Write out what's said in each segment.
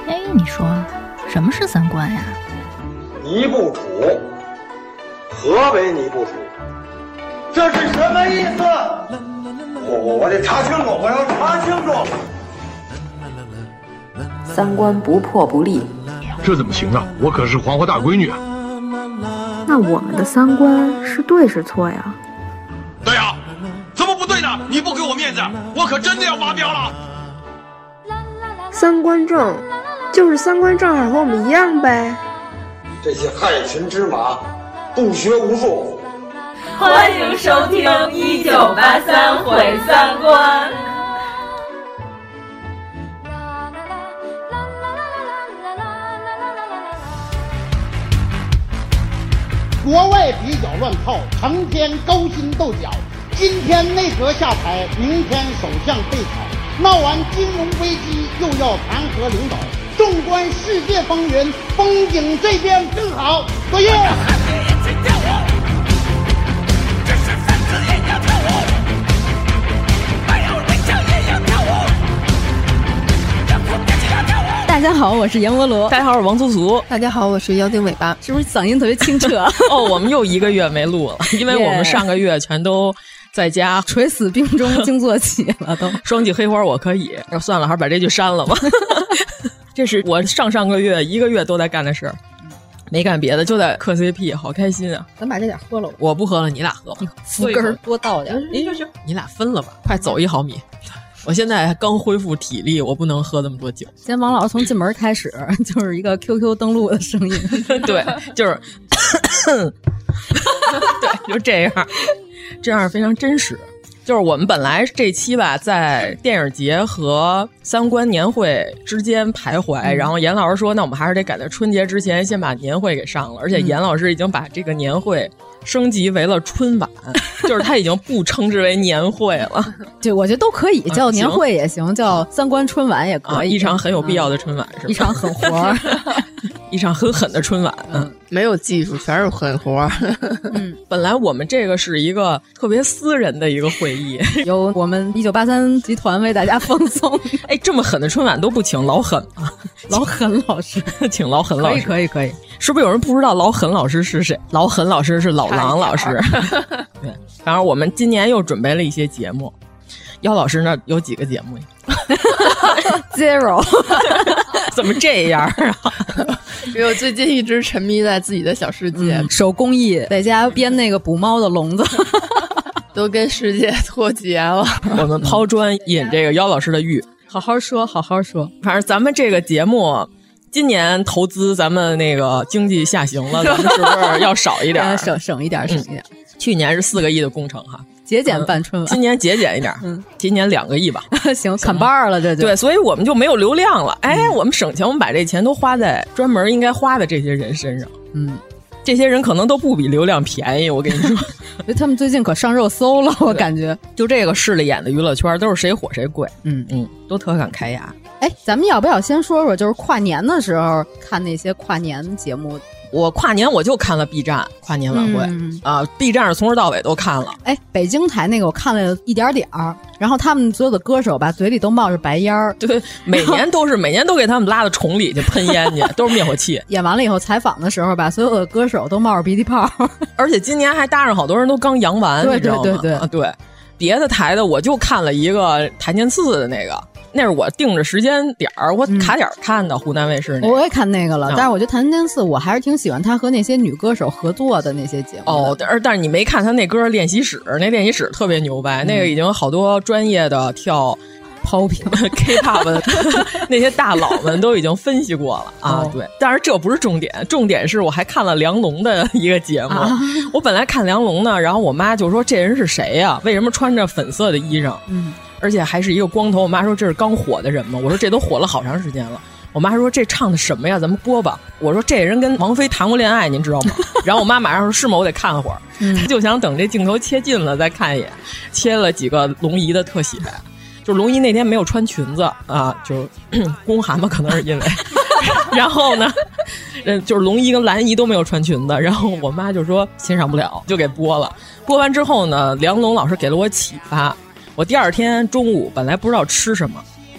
哎，你说什么是三观呀？ 你不处，何为你不处？这是什么意思？我得查清楚，我要查清楚。 三观不破不立， 这怎么行啊？我可是黄花大闺女啊！ 那我们的三观是对是错呀？ 对呀，怎么不对呢？你不给我面子，我可真的要发飙了。 三观正，就是三观正好和我们一样呗。 这些害群之马，不学无术。 欢迎收听1983毁三观。 国外比较乱套，成天勾心斗角。今天内阁下台，明天首相被炒，闹完金融危机又要弹劾领导。纵观世界风云，风景这边更好。作业。 大家好，我是阎罗罗。 大家好，我是王苏苏。 大家好，我是妖精尾巴。 是不是嗓音特别清澈？ 哦，我们又1个月没录了，因为我们上个月全都在家垂死病中惊坐起了都。 双击黑花我可以，算了，还是把这句删了吧。这是我上个月1个月都在干的事儿，没干别的，就在磕 CP， 好开心啊！ 咱把这点喝了， 我不喝了，你俩喝吧。 福根多倒点， 行，你俩分了吧，快走1毫米。我现在刚恢复体力，我不能喝那么多酒。 今天王老师从进门开始就是一个 QQ 登录的声音， 对，就是对，就这样非常真实。就是我们本来这期吧，在电影节和三观年会之间徘徊，然后严老师说，那我们还是得赶在春节之前先把年会给上了，而且严老师已经把这个年会升级为了春晚，就是他已经不称之为年会了。 对，我觉得都可以叫年会也行，叫三观春晚也可以。 一场很有必要的春晚是吧？ 一场狠活一场很狠的春晚。 没有技术，全是狠活。 本来我们这个是一个特别私人的一个会议， 由我们1983集团为大家放送。 哎，这么狠的春晚都不请老狠吗？ 老狠老师， 请老狠老师， 可以。 是不是有人不知道老狠老师是谁？老狠老师是老狼老师。对，然后我们今年又准备了一些节目。姚老师那有几个节目 ？Zero。 怎么这样啊？ 因为我最近一直沉迷在自己的小世界， 手工艺，在家编那个捕猫的笼子， 都跟世界脱节了。 我们抛砖引这个姚老师的玉， 好好说。 反正咱们这个节目今年投资，咱们那个经济下行了，咱们是不是要少一点？ 省一点。 去年是4个亿的工程哈。 节俭办春晚， 今年节俭一点，今年2个亿吧。 行，砍半了这就。 对，所以我们就没有流量了。哎，我们省钱，我们把这钱都花在专门应该花的这些人身上。这些人可能都不比流量便宜，我跟你说。 他们最近可上热搜了，我感觉。 就这个势利眼的娱乐圈，都是谁火谁贵。都特敢开牙。 哎，咱们要不要先说说，就是跨年的时候看那些跨年节目？ 我跨年我就看了 B 站跨年晚会，B 站是从头到尾都看了。 哎，北京台那个我看了一点点儿，然后他们所有的歌手吧，嘴里都冒着白烟儿。 对，每年都给他们拉到崇礼去喷烟去，都是灭火器。 演完了以后采访的时候吧，所有的歌手都冒着鼻涕泡， 而且今年还搭上好多人都刚阳完，你知道吗？对，别的台的我就看了一个谭健次的那个。那是我定着时间点儿，我卡点看的湖南卫视那个。 我也看那个了，但是我觉得谭健次我还是挺喜欢他和那些女歌手合作的那些节目。 但是你没看他那歌练习室，那练习室特别牛掰，那个已经有好多专业的跳 popping K-pop 的那些大佬们都已经分析过了啊。对，但是这不是重点，重点是我还看了梁龙的一个节目。我本来看梁龙呢，然后我妈就说这人是谁呀？为什么穿着粉色的衣裳？而且还是一个光头，我妈说这是刚火的人吗？我说这都火了好长时间了。我妈说这唱的什么呀？咱们播吧。我说这人跟王菲谈过恋爱，您知道吗？然后我妈马上说是吗？我得看会儿。她就想等这镜头切近了再看一眼，切了几个龙姨的特写。就是龙姨那天没有穿裙子啊，就是宫寒嘛，可能是因为。然后呢，就是龙姨跟兰姨都没有穿裙子，然后我妈就说欣赏不了，就给播了。播完之后呢，梁龙老师给了我启发。我第二天中午本来不知道吃什么，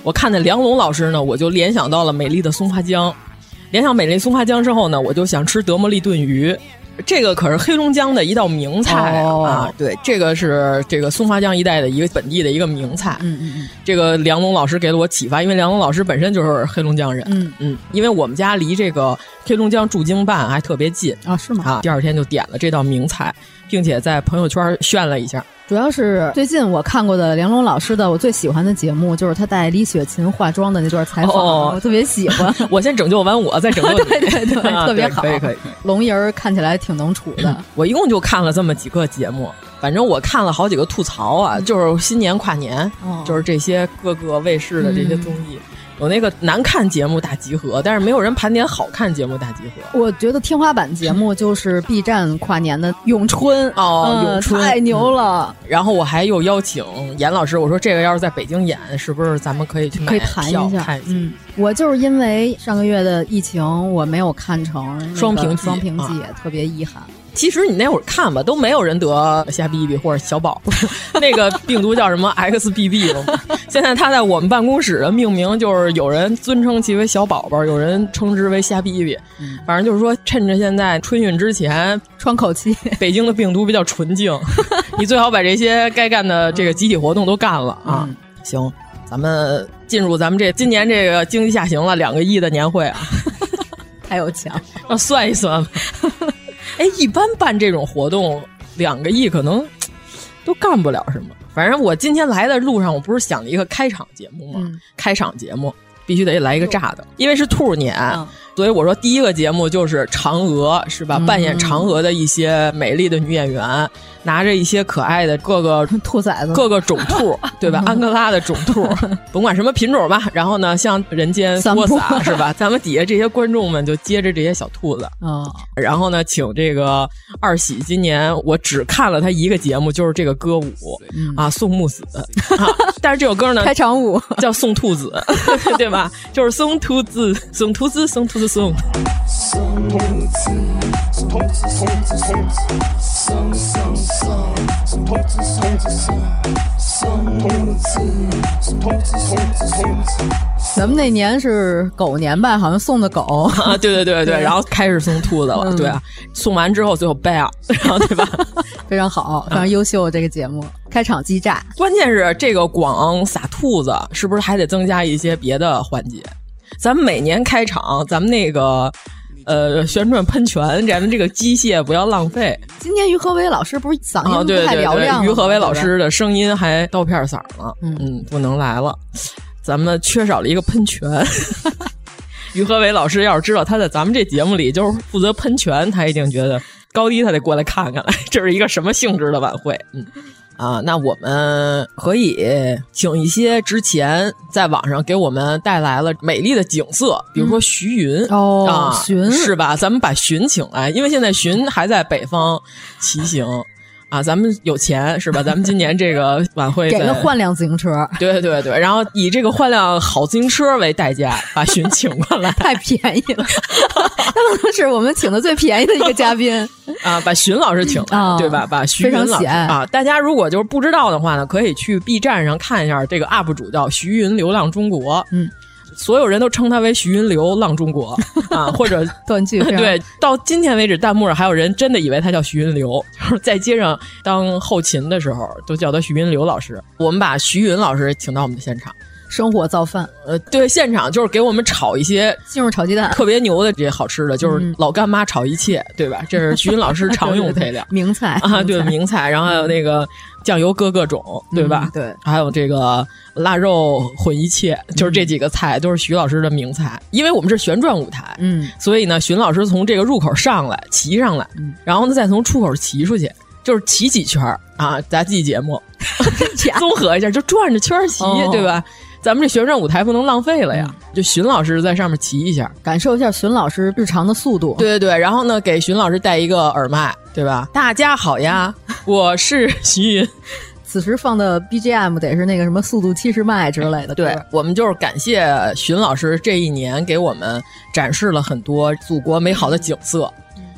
我看见梁龙老师呢，我就联想到了美丽的松花江。联想美丽松花江之后呢，我就想吃德莫利炖鱼。这个可是黑龙江的一道名菜啊！对，这个是这个松花江一带的一个本地的一个名菜。这个梁龙老师给了我启发，因为梁龙老师本身就是黑龙江人。因为我们家离这个黑龙江驻京办还特别近啊，是吗？ 第二天就点了这道名菜，并且在朋友圈炫了一下。 主要是最近我看过的梁龙老师的我最喜欢的节目，就是他带李雪琴化妆的那段采访，我特别喜欢。 我先拯救完我，再拯救你。 对，特别好。 可以。 龙人看起来挺能处的。 我一共就看了这么几个节目，反正我看了好几个吐槽啊，就是新年跨年，就是这些各个卫视的这些综艺。有那个难看节目大集合，但是没有人盘点好看节目大集合。 我觉得天花板节目就是 B 站跨年的咏春咏春太牛了。 然后我还有邀请严老师，我说这个要是在北京演，是不是咱们可以去买谈一下？ 看一下。 我就是因为上个月的疫情，我没有看成双屏记，特别遗憾。 其实你那会儿看吧，都没有人得瞎逼逼或者小宝，那个病毒叫什么 XBB 了。现在他在我们办公室的命名就是有人尊称其为小宝宝，有人称之为瞎逼逼。反正就是说，趁着现在春运之前窗口期， 北京的病毒比较纯净，你最好把这些该干的这个集体活动都干了啊。行，咱们进入咱们今年这个经济下行了2个亿的年会啊， 太有钱了， 要算一算吧。一般办这种活动2个亿可能都干不了什么。反正我今天来的路上，我不是想了一个开场节目吗？开场节目必须得来一个炸的，因为是兔年，所以我说第一个节目就是嫦娥，是吧？扮演嫦娥的一些美丽的女演员，拿着一些可爱的各个兔崽子， 各个种兔，对吧？安哥拉的种兔，甭管什么品种吧。然后呢，向人间播撒，是吧？咱们底下这些观众们就接着这些小兔子。然后呢，请这个二喜，今年我只看了他一个节目，就是这个歌舞送木子但是这首歌呢， 开场舞叫送兔子，对吧？就是送兔子，送兔子，送兔子。送兔子，送兔子，送兔子，送兔子，送送送，送兔子，送兔子，送兔子，送兔子，送兔子。 咱们那年是狗年吧，好像送的狗啊，对，然后开始送兔子了，对啊，送完之后最后掰啊，然后对吧？ 非常好，非常优秀这个节目，开场激炸。 关键是这个光撒兔子，是不是还得增加一些别的环节？咱们每年开场，咱们那个旋转喷泉，咱们这个机械不要浪费。 今年于和伟老师不是嗓音不太嘹亮， 于和伟老师的声音还刀片嗓了，不能来了。咱们缺少了一个喷泉。于和伟老师要是知道他在咱们这节目里就是负责喷泉，他一定觉得高低他得过来看看来，这是一个什么性质的晚会。那我们可以请一些之前在网上给我们带来了美丽的景色，比如说徐云徐是吧？咱们把徐请来，因为现在徐还在北方骑行咱们有钱是吧？咱们今年这个晚会给个换辆自行车， 对，然后以这个换辆好自行车为代价把徐请过来， 太便宜了，他可能是我们请的最便宜的一个嘉宾把徐老师请来，对吧？把徐云老师大家如果就是不知道的话呢，可以去 B 站上看一下，这个 UP 主叫徐云流浪中国，所有人都称他为徐云流浪中国或者断句对，到今天为止弹幕上还有人真的以为他叫徐云流，就是在街上当后勤的时候都叫他徐云流老师。我们把徐云老师请到我们的现场， 生火造饭， 对，现场就是给我们炒一些西红柿炒鸡蛋， 特别牛的这些好吃的，就是老干妈炒一切，对吧？这是徐云老师常用配料， 名菜对，名菜。然后还有那个酱油各种，对吧？ 对， 还有这个腊肉混一切，就是这几个菜都是徐老师的名菜。因为我们是旋转舞台，所以呢，徐老师从这个入口上来骑上来，然后呢再从出口骑出去，就是骑几圈杂技节目，综合一下就转着圈骑，对吧？咱们这旋转舞台不能浪费了呀，就荀老师在上面骑一下， 感受一下荀老师日常的速度。 对，然后呢，给荀老师戴一个耳麦，对吧？大家好呀，我是徐云。 此时放的 BGM 得是那个什么速度70迈之类的。 对，我们就是感谢荀老师这一年给我们展示了很多祖国美好的景色。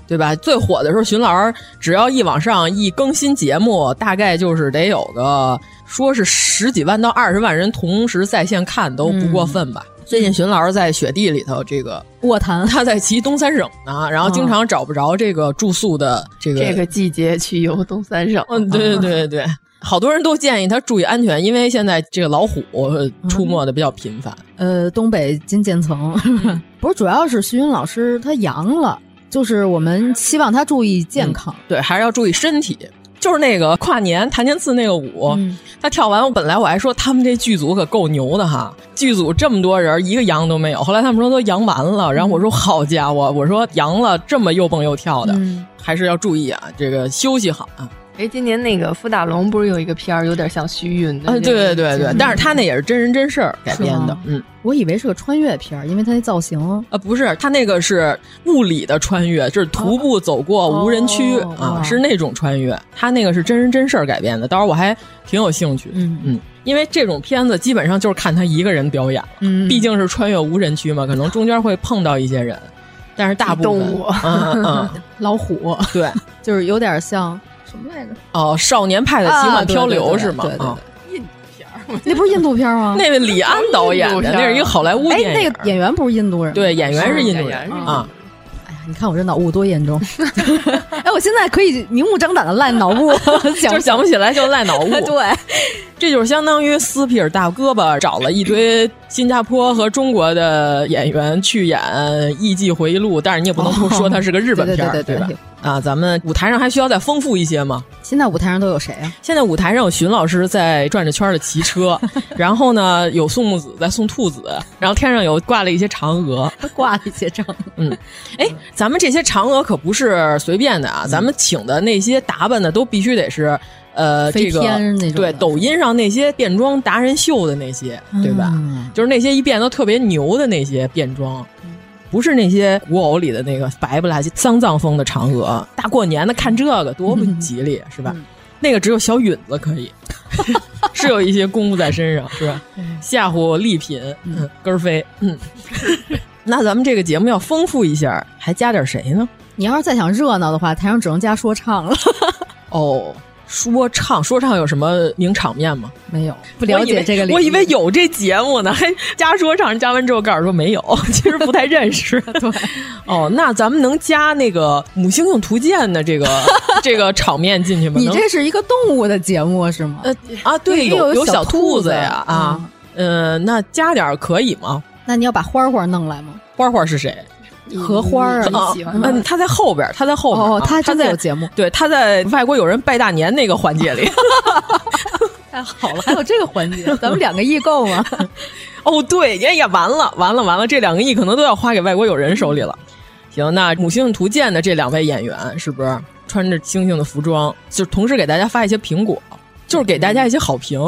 对吧？最火的时候，荀老师只要一往上一更新节目，大概就是得有个说是10几万到20万人同时在线看都不过分吧。最近荀老师在雪地里头这个卧谈， 他在骑东三省呢，然后经常找不着这个住宿的这个季节去游东三省。 对，好多人都建议他注意安全，因为现在这个老虎出没的比较频繁。 东北金渐层不是，主要是徐云老师他阳了，就是我们希望他注意健康， 对，还是要注意身体。就是那个跨年谭健次那个舞，他跳完，本来我还说他们这剧组可够牛的哈，剧组这么多人一个阳都没有，后来他们说都阳完了，然后我说好家伙，我说阳了这么又蹦又跳的，还是要注意啊，这个休息好啊。 今年那个傅大龙不是有一个片儿有点像虚云的， 对，但是他那也是真人真事儿改编的， 我以为是个穿越片，因为他那造型不是，他那个是物理的穿越，就是徒步走过无人区是那种穿越，他那个是真人真事儿改编的，到时候我还挺有兴趣，因为这种片子基本上就是看他一个人表演，毕竟是穿越无人区嘛，可能中间会碰到一些人，但是大部分动物， 老虎， 对， 就是有点像。什么来着？ 少年派的奇幻漂流是吗？ 对，印度片儿，那不是印度片吗？ 那个李安导演的，那是一个好莱坞电影。 那个演员不是印度人吗？ 对，演员是印度人啊。 哎呀，你看我这脑雾多严重！我现在可以明目张胆的赖脑雾， 就想不起来就赖脑雾。 对， 这就是相当于斯皮尔大胳膊找了一堆新加坡和中国的演员去演《艺伎回忆录》，但是你也不能说它是个日本片，对吧？啊，咱们舞台上还需要再丰富一些吗？ 现在舞台上都有谁啊？ 现在舞台上有荀老师在转着圈的骑车，然后呢有宋木子在送兔子，然后天上有挂了一些嫦娥，咱们这些嫦娥可不是随便的啊，咱们请的那些打扮的都必须得是这个对抖音上那些变装达人秀的那些，对吧？就是那些一变都特别牛的那些变装。不是那些古偶里的那个白不拉几丧葬风的嫦娥，大过年的看这个多不吉利，是吧？那个只有小允子可以，是有一些功夫在身上，是吧？吓唬丽嫔，根飞，那咱们这个节目要丰富一下，还加点谁呢？ 你要是再想热闹的话，台上只能加说唱了。 说唱有什么名场面吗？ 没有，不了解这个领域。 我以为有这节目呢，还加说唱，加完之后告诉说没有，其实不太认识。 对， 那咱们能加那个母猩猩图鉴的这个场面进去吗？ 你这是一个动物的节目是吗？ 对，有小兔子呀那加点可以吗？ 那你要把花花弄来吗？ 花花是谁？ 荷花他在后边，他真的有节目。 对，他在外国友人拜大年那个环节里。 太好了，还有这个环节，咱们2个亿够吗？ 对，也完了，这2个亿可能都要花给外国友人手里了。行，那母猩猩图鉴的这2位演员是不是穿着猩猩的服装，就同时给大家发一些苹果，就是给大家一些好评。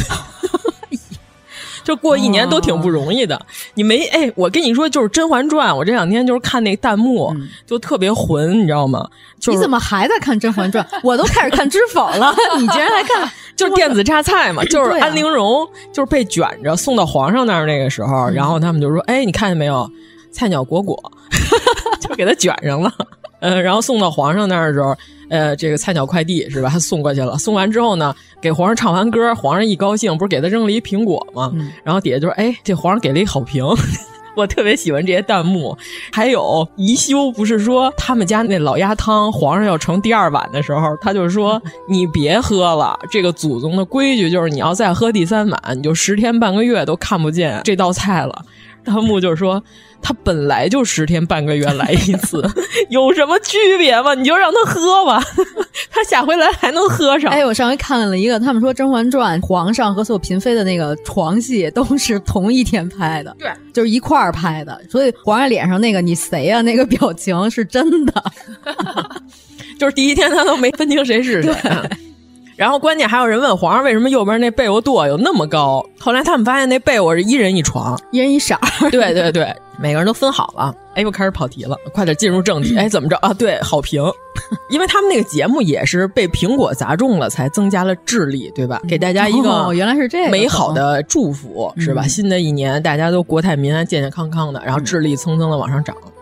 就过一年都挺不容易的，你没我跟你说，就是《甄嬛传》，我这2天就是看那个弹幕，就特别混，你知道吗？ 你怎么还在看《甄嬛传》？我都开始看知否了，你竟然还看？ 就是电子榨菜嘛，就是安陵容就是被卷着送到皇上那儿那个时候，然后他们就说：“你看见没有，菜鸟果果，就给他卷上了。”然后送到皇上那儿的时候，这个菜鸟快递是吧？他送过去了，送完之后呢，给皇上唱完歌，皇上一高兴，不是给他扔了一苹果吗？然后底下就说：“这皇上给了一好评。”我特别喜欢这些弹幕。还有宜修不是说他们家那老鸭汤皇上要盛第2碗的时候，他就说：“你别喝了，这个祖宗的规矩就是你要再喝第3碗，你就10天半个月都看不见这道菜了。”弹幕就是说，他本来就10天半个月来一次，有什么区别吗？你就让他喝吧，他下回来还能喝上。 我上回看了一个，他们说《甄嬛传》皇上和所有嫔妃的那个床戏都是同一天拍的， 对， 就是一块儿拍的，所以皇上脸上那个你谁啊那个表情是真的， 就是第1天他都没分清谁是谁。然后关键还有人问皇上为什么右边那被窝垛有那么高，后来他们发现那被窝是1人1床 ，1人1色。 对，每个人都分好了。又开始跑题了，快点进入正题。怎么着啊？对，好评，因为他们那个节目也是被苹果砸中了，才增加了智力，对吧？给大家一个原来是这个美好的祝福，是吧？新的一年大家都国泰民安、健健康康的，然后智力蹭蹭的往上涨。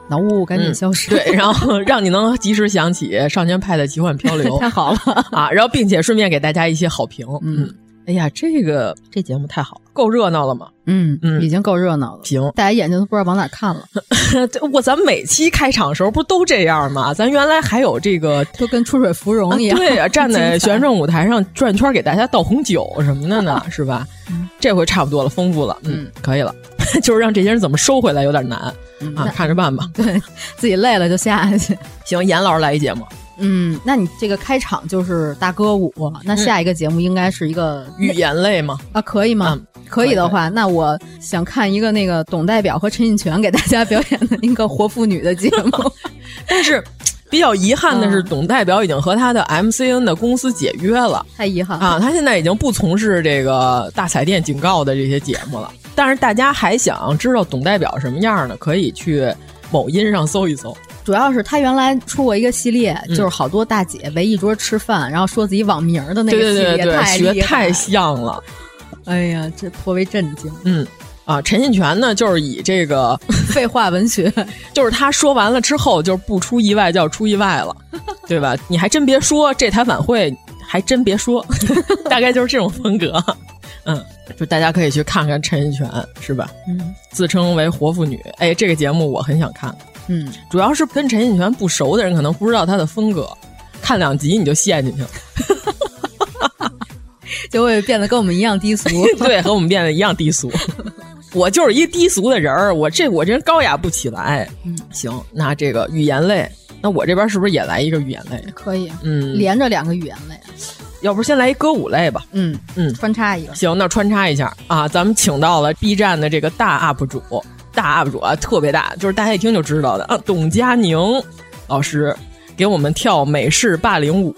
脑雾赶紧消失。 对，然后让你能及时想起《少年派的奇幻漂流》， 太好了啊！然后并且顺便给大家一些好评。哎呀，这节目太好了，够热闹了吗？ 已经够热闹了。 行， 大家眼睛都不知道往哪看了。 咱们每期开场的时候不都这样吗？咱原来还有这个都跟出水芙蓉一样， 对啊，站在旋转舞台上转圈给大家倒红酒什么的呢，是吧？这回差不多了，丰富了，可以了。就是让这些人怎么收回来有点难啊，看着办吧。 对，自己累了就下去。 行，严老师来一节目。 那你这个开场就是大歌舞，那下一个节目应该是一个语言类吗？ 啊，可以吗？可以的话，那我想看一个那个董代表和陈印泉给大家表演的一个活妇女的节目。 但是比较遗憾的是，董代表已经和他的 MCN 的公司解约了， 太遗憾啊！他现在已经不从事这个大彩电警告的这些节目了。但是大家还想知道董代表什么样呢？可以去某音上搜一搜。 主要是他原来出过一个系列，就是好多大姐围一桌吃饭，然后说自己网名的那个系列， 对，学太像了。 哎呀，这颇为震惊。 陈印泉呢，就是以这个废话文学， 就是他说完了之后，就是不出意外就要出意外了，对吧？你还真别说，这台晚会还真别说，大概就是这种风格。就大家可以去看看陈印泉，是吧？自称为活妇女，哎，这个节目我很想看。主要是跟陈印泉不熟的人可能不知道他的风格，看2集你就陷进去了。 就会变得跟我们一样低俗。 对，和我们变得一样低俗。我就是一低俗的人儿，我这人高雅不起来。行，那这个语言类，那我这边是不是也来一个语言类？ 可以，连着2个语言类。 要不先来一歌舞类吧？ 穿插一个。 行，那穿插一下啊，咱们请到了 B 站的这个大 UP 主啊，特别大，就是大家一听就知道的啊，董佳宁老师给我们跳美式霸凌舞。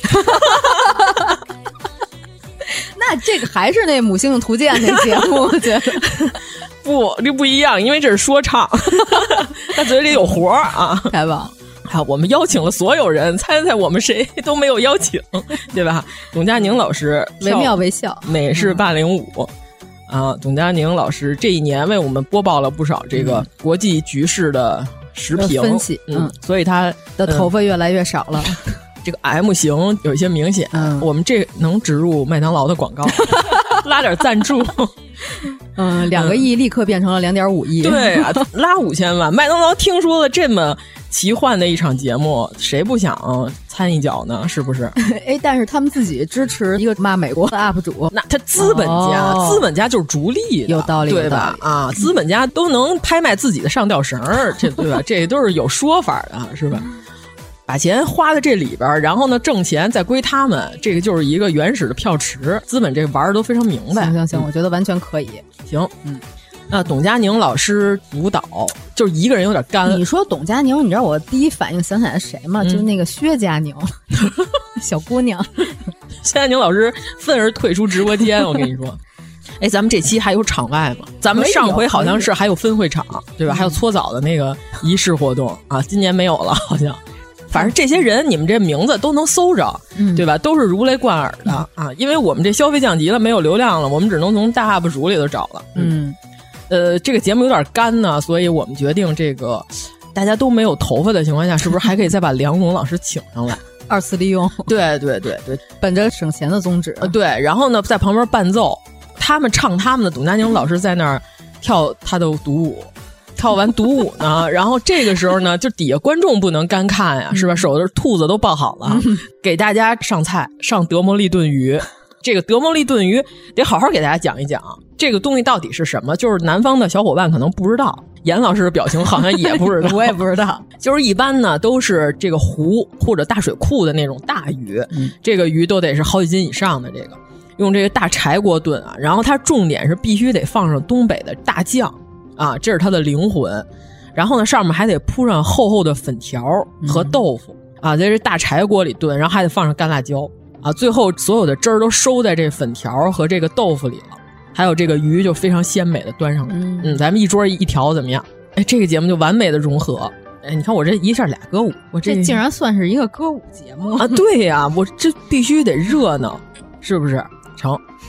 那这个还是那母性图鉴那节目，我觉得不，这不一样，因为这是说唱，他嘴里有活啊， 太棒！ 好，我们邀请了所有人，猜猜我们谁都没有邀请，对吧？董佳宁老师惟妙惟肖， 美式霸凌舞。董佳宁老师这一年为我们播报了不少这个国际局势的时评分析， 所以他的头发越来越少了。 这个 M 型有一些明显，我们这能植入麦当劳的广告，拉点赞助。 2个亿立刻变成了2.5亿。 对啊，拉5000万，麦当劳听说了这么奇幻的一场节目，谁不想参一脚呢？是不是？ 但是他们自己支持一个骂美国的 UP 主， 那他资本家，资本家就是逐利的， 有道理， 对吧？啊，资本家都能拍卖自己的上吊绳，这对吧？这都是有说法的，是吧？把钱花在这里边，然后呢，挣钱再归他们，这个就是一个原始的票池。资本这个玩的都非常明白。 行，我觉得完全可以。 行，那董佳宁老师舞蹈就是一个人有点干。 你说董佳宁，你知道我第一反应想起来谁吗？就是那个薛佳宁，小姑娘。 薛佳宁老师愤而退出直播间，我跟你说。咱们这期还有场外吗？咱们上回好像是还有分会场，对吧？还有搓澡的那个仪式活动啊，今年没有了，好像。反正这些人，你们这名字都能搜着，对吧？都是如雷贯耳的啊！因为我们这消费降级了，没有流量了，我们只能从大 UP 主里头找了。这个节目有点干呢，所以我们决定这个大家都没有头发的情况下，是不是还可以再把梁龙老师请上来 ？2次利用。 对， 本着省钱的宗旨。 对，然后呢，在旁边伴奏，他们唱他们的，董佳宁老师在那儿跳他的独舞。跳完独舞呢，然后这个时候呢，就底下观众不能干看呀，是吧？手的兔子都抱好了，给大家上菜，上德摩利炖鱼。这个德摩利炖鱼得好好给大家讲一讲，这个东西到底是什么？就是南方的小伙伴可能不知道，严老师的表情好像也不知道， 我也不知道。 就是一般呢都是这个湖或者大水库的那种大鱼，这个鱼都得是好几斤以上的，这个用这个大柴锅炖啊，然后它重点是必须得放上东北的大酱。啊，这是它的灵魂，然后呢，上面还得铺上厚厚的粉条和豆腐啊，在这大柴锅里炖，然后还得放上干辣椒啊，最后所有的汁儿都收在这粉条和这个豆腐里了，还有这个鱼就非常鲜美的端上来，咱们一桌一条怎么样？这个节目就完美的融合。你看我这一下2歌舞，我这竟然算是一个歌舞节目啊！对呀，我这必须得热闹，是不是？成。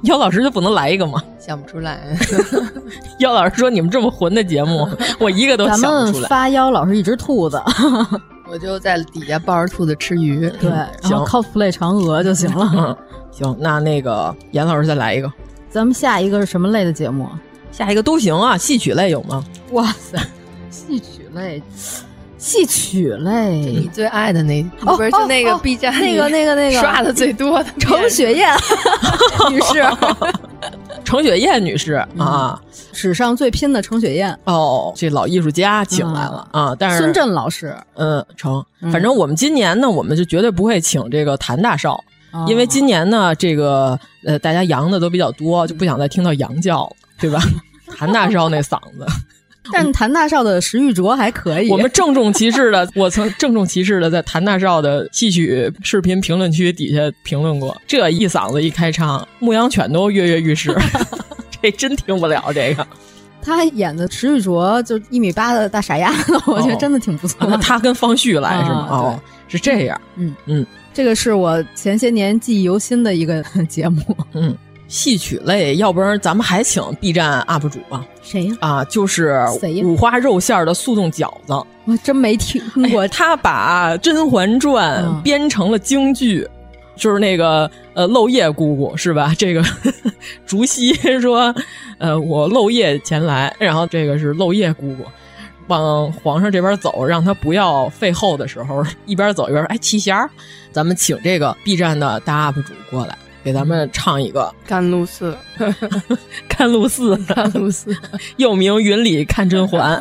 姚老师就不能来一个吗？ 想不出来。 姚老师说：“你们这么混的节目，我一个都想不出来。” 咱们发姚老师一只兔子， 我就在底下抱着兔子吃鱼。 对，然后 cosplay 嫦娥就行了。 行，那个严老师再来一个。 咱们下一个是什么类的节目？ 下一个都行啊，戏曲类有吗？ 哇塞，戏曲类。戏曲类， 你最爱的那不是就那个 B 站那个刷的最多的程雪燕女士， 程雪燕女士啊， 史上最拼的程雪燕哦，这老艺术家请来了啊，但是孙振老师， 成，反正我们今年呢，我们就绝对不会请这个谭大少，因为今年呢，这个大家阳的都比较多，就不想再听到羊叫了，对吧？谭大少那嗓子。 但谭大少的石玉镯还可以。 我们郑重其事的，我曾郑重其事的在谭大少的戏曲视频评论区底下评论过，这一嗓子一开唱，牧羊犬都跃跃欲试，这真听不了这个。 他演的石玉镯就1.8米的大傻丫子，我觉得真的挺不错的。 那他跟方旭来是吗？哦，是这样。 这个是我前些年记忆犹新的一个节目。 戏曲类，要不然咱们还请 B 站 UP 主吧？ 谁呀？ 啊，就是五花肉馅的速冻饺子， 我真没听过。 他把《甄嬛传》编成了京剧，就是那个漏夜姑姑是吧？这个竹溪说，我漏夜前来，然后这个是漏夜姑姑。往皇上这边走，让他不要废后的时候，一边走一边七弦儿。咱们请这个 B 站的大 UP 主过来。给咱们唱一个甘露寺， 甘露寺， 甘露寺， 又名云里看甄嬛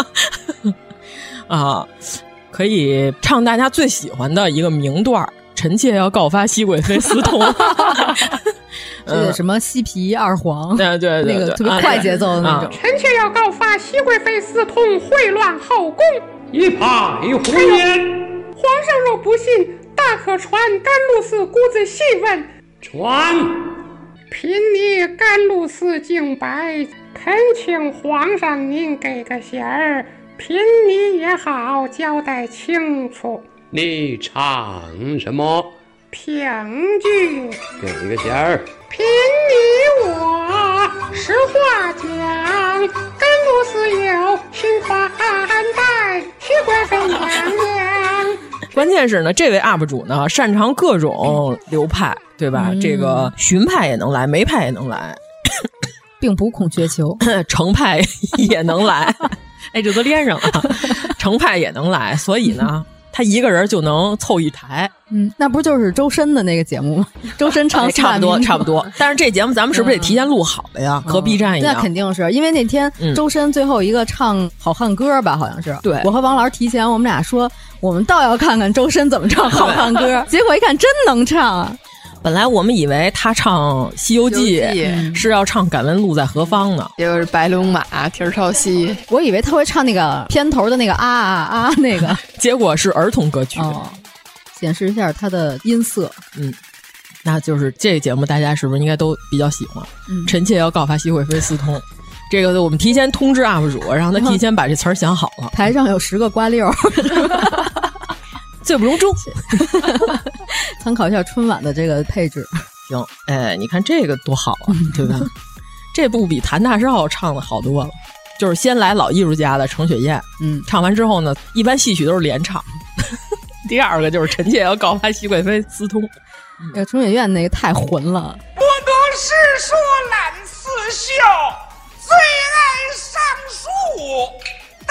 啊，可以唱大家最喜欢的一个名段，臣妾要告发熹贵妃私通。 这个什么西皮二黄， 对， 那个特别快节奏的那种。 臣妾要告发熹贵妃私通，秽乱后宫， 一派胡言。 皇上若不信，大可传甘露寺姑子细问。 传， 贫你甘露寺敬拜，恳请皇上您给个弦儿，贫你也好交代清楚。 你唱什么？ 评剧。 给个弦儿。 贫你我实话讲，甘露寺有新款待熹贵妃娘娘。 关键是呢，这位 UP 主呢擅长各种流派，对吧？这个荀派也能来，梅派也能来， 并不孔雀球， 程派也能来。哎，这都连上了，程派也能来，所以呢，他一个人就能凑一台。 那不就是周深的那个节目吗？周深唱差不多。但是这节目咱们是不是得提前录好了呀？和 B 站一样。 那肯定是因为那天周深最后一个唱好汉歌吧，好像是。 对， 我和王老师提前，我们俩说我们倒要看看周深怎么唱好汉歌，结果一看真能唱啊！ 本来我们以为他唱《西游记》是要唱《敢问路在何方》呢， 结果是白龙马蹄儿朝西。 我以为他会唱那个片头的那个啊那个， 结果是儿童歌曲。 显示一下他的音色。 那就是这个节目大家是不是应该都比较喜欢？臣妾要告发熹贵妃私通，这个我们提前通知 UP 主，让他提前把这词儿想好了。 台上有10个瓜溜。 罪不容诛。 参考一下春晚的这个配置。 行，你看这个多好啊，对吧？这不比谭大少唱的好多了。就是先来老艺术家的程雪燕，唱完之后呢，一般戏曲都是连唱。第二个就是臣妾要告发熹贵妃私通。 程雪燕那个太混了。 不得世说懒似笑，最爱上树打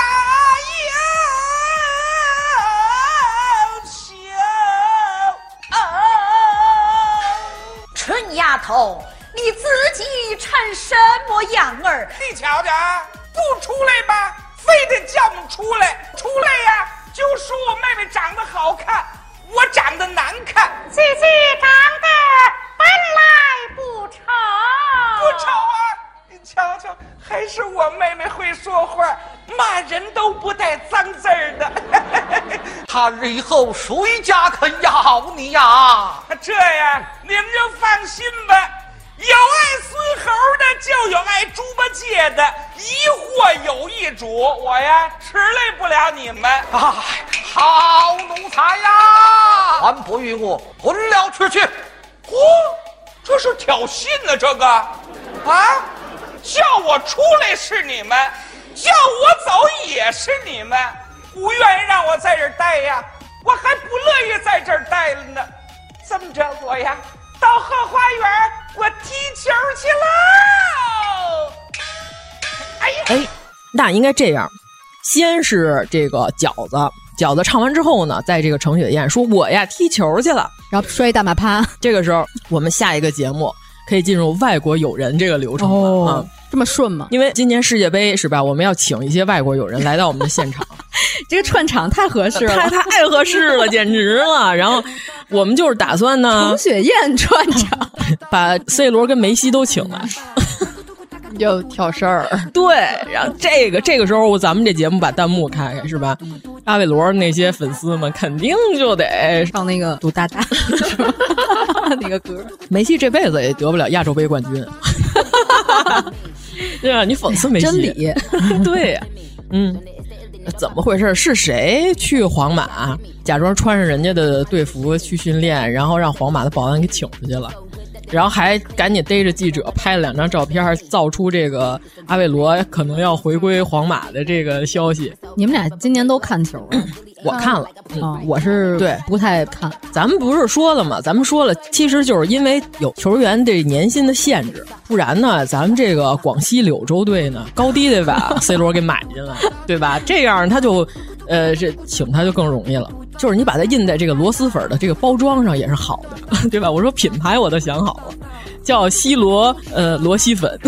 杨桥。 春丫头，你自己成什么样儿？ 你瞧瞧，不出来吧，非得叫你出来，出来呀！就说我妹妹长得好看，我长得难看。 姐姐长得本来不丑， 不丑啊！你瞧瞧，还是我妹妹会说话，骂人都不带脏字儿的。 她日后谁家肯要你呀？ 这样你们就放心吧。有爱孙猴的，就有爱猪八戒的，一货有一主，我呀吃累不了你们。 好奴才呀，还不与我滚了出去！ 嚯， 这是挑衅呢，这个，啊，叫我出来是你们，叫我走也是你们，不愿意让我在这儿待呀，我还不乐意在这儿待了呢。这么着，我呀，到后花园我踢球去喽。哎呀， 哎，那应该这样，先是这个饺子唱完之后呢，在这个程雪燕说我呀踢球去了， 然后摔大马趴。 这个时候我们下一个节目可以进入外国友人这个流程了。 哦，这么顺吗？ 因为今年世界杯是吧，我们要请一些外国友人来到我们的现场。 这个串场太合适了， 太合适了，简直了。然后我们就是打算呢， 程雪燕串场， 把 C 罗跟梅西都请来。 又挑事儿， 对，然后这个时候咱们这节目把弹幕开开是吧？阿韦罗那些粉丝们肯定就得唱那个赌大大那个歌。 梅西这辈子也得不了亚洲杯冠军，对吧？你讽刺梅西， 真理， 对呀，怎么回事？是谁去皇马假装穿上人家的队服去训练，然后让皇马的保安给请出去了？然后还赶紧逮着记者拍了2张照片，造出这个阿韦罗可能要回归皇马的这个消息。 你们俩今年都看球了？ 我看了我是对不太看。 咱们不是说了吗？咱们说了，其实就是因为有球员这年薪的限制，不然呢，咱们这个广西柳州队呢，高低得把 C 罗给买进来，对吧？这样他就这请他就更容易了。就是你把它印在这个螺蛳粉的这个包装上也是好的，对吧？我说品牌我都想好了，叫西罗螺蛳粉。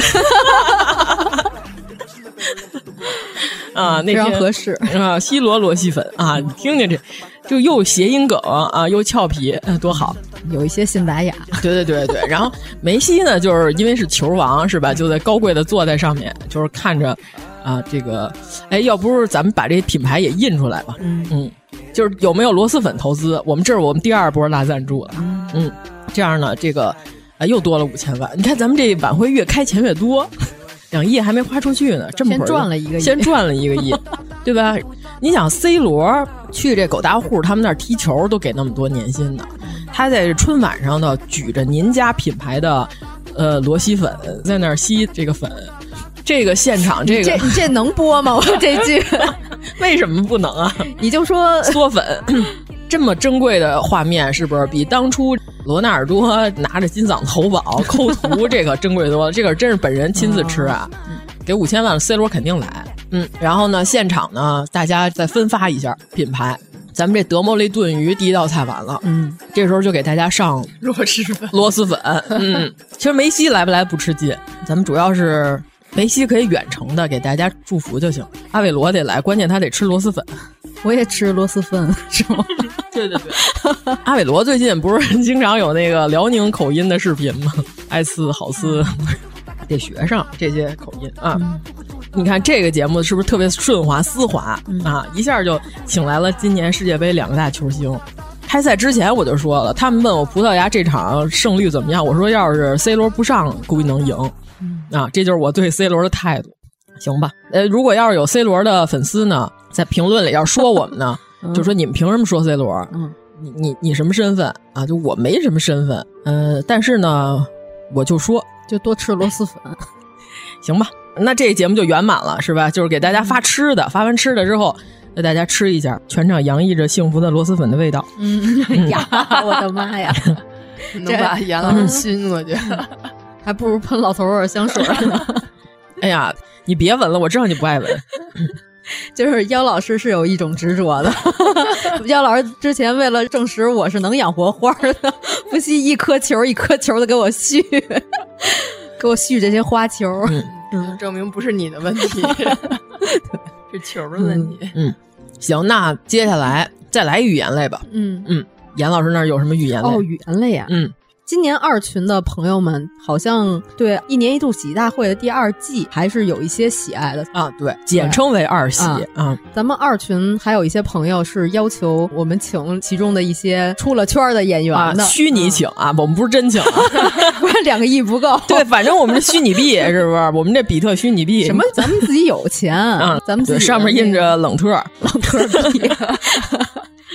啊，那非常合适啊，西罗螺蛳粉啊，你听听这，就又谐音梗啊，又俏皮，多好， 有一些信达雅。 对。然后梅西呢，就是因为是球王是吧，就在高贵的坐在上面，就是看着啊，这个，哎，要不是咱们把这品牌也印出来吧，就是有没有螺蛳粉投资？这是我们第2波拉赞助了，这样呢，这个又多了5000万。你看咱们这晚会越开钱越多，2亿还没花出去呢，这么会儿先赚了1个亿，对吧？你想 C 罗去这狗大户他们那儿踢球都给那么多年薪呢，他在春晚上呢举着您家品牌的螺蛳粉在那儿吸这个粉。这个现场，你这能播吗？我这句为什么不能啊？ 你就说嗦粉，这么珍贵的画面，是不是比当初罗纳尔多拿着金嗓子喉宝抠图这个珍贵多了？这个真是本人亲自吃啊！给5000万 ，C 罗肯定来。然后呢，现场呢，大家再分发一下品牌。咱们这德莫利炖鱼第1道菜完了，这时候就给大家上螺蛳粉。其实梅西来不来不吃劲，咱们主要是。梅西可以远程的给大家祝福就行，阿韦罗得来，关键他得吃螺蛳粉。 我也吃螺蛳粉，是吗？ 对。阿韦罗最近不是经常有那个辽宁口音的视频吗？爱吃好吃，得学上这些口音啊。你看这个节目是不是特别顺滑丝滑啊？一下就请来了今年世界杯2个大球星。开赛之前我就说了，他们问我葡萄牙这场胜率怎么样，我说要是 C 罗不上，估计能赢。这就是我对 C 罗的态度，行吧？如果要是有 C 罗的粉丝呢，在评论里要说我们呢，就说你们凭什么说 C 罗？你什么身份啊？就我没什么身份，但是呢，我就说， 就多吃螺蛳粉， 行吧？那这节目就圆满了，是吧？就是给大家发吃的，发完吃的之后，让大家吃一下，全场洋溢着幸福的螺蛳粉的味道。 呀，我的妈呀！ 能把严老师熏过去。 还不如喷老头儿香水呢。 哎呀，你别闻了，我知道你不爱闻。 就是妖老师是有一种执着的。妖老师之前为了证实我是能养活花的，不惜一颗球一颗球的给我续，给我续这些花球。 证明不是你的问题，是球的问题。 行，那接下来再来语言类吧。严老师那儿有什么语言类？ 语言类啊。今年2群的朋友们好像对1年1度喜剧大会的第2季还是有一些喜爱的啊，对，简称为2喜啊。 咱们2群还有一些朋友是要求我们请其中的一些出了圈的演员的， 虚拟请啊，我们不是真请啊， 不然2个亿不够。 对，反正我们这虚拟币是不是？我们这比特虚拟币什么？咱们自己有钱啊，咱们自己上面印着冷特币。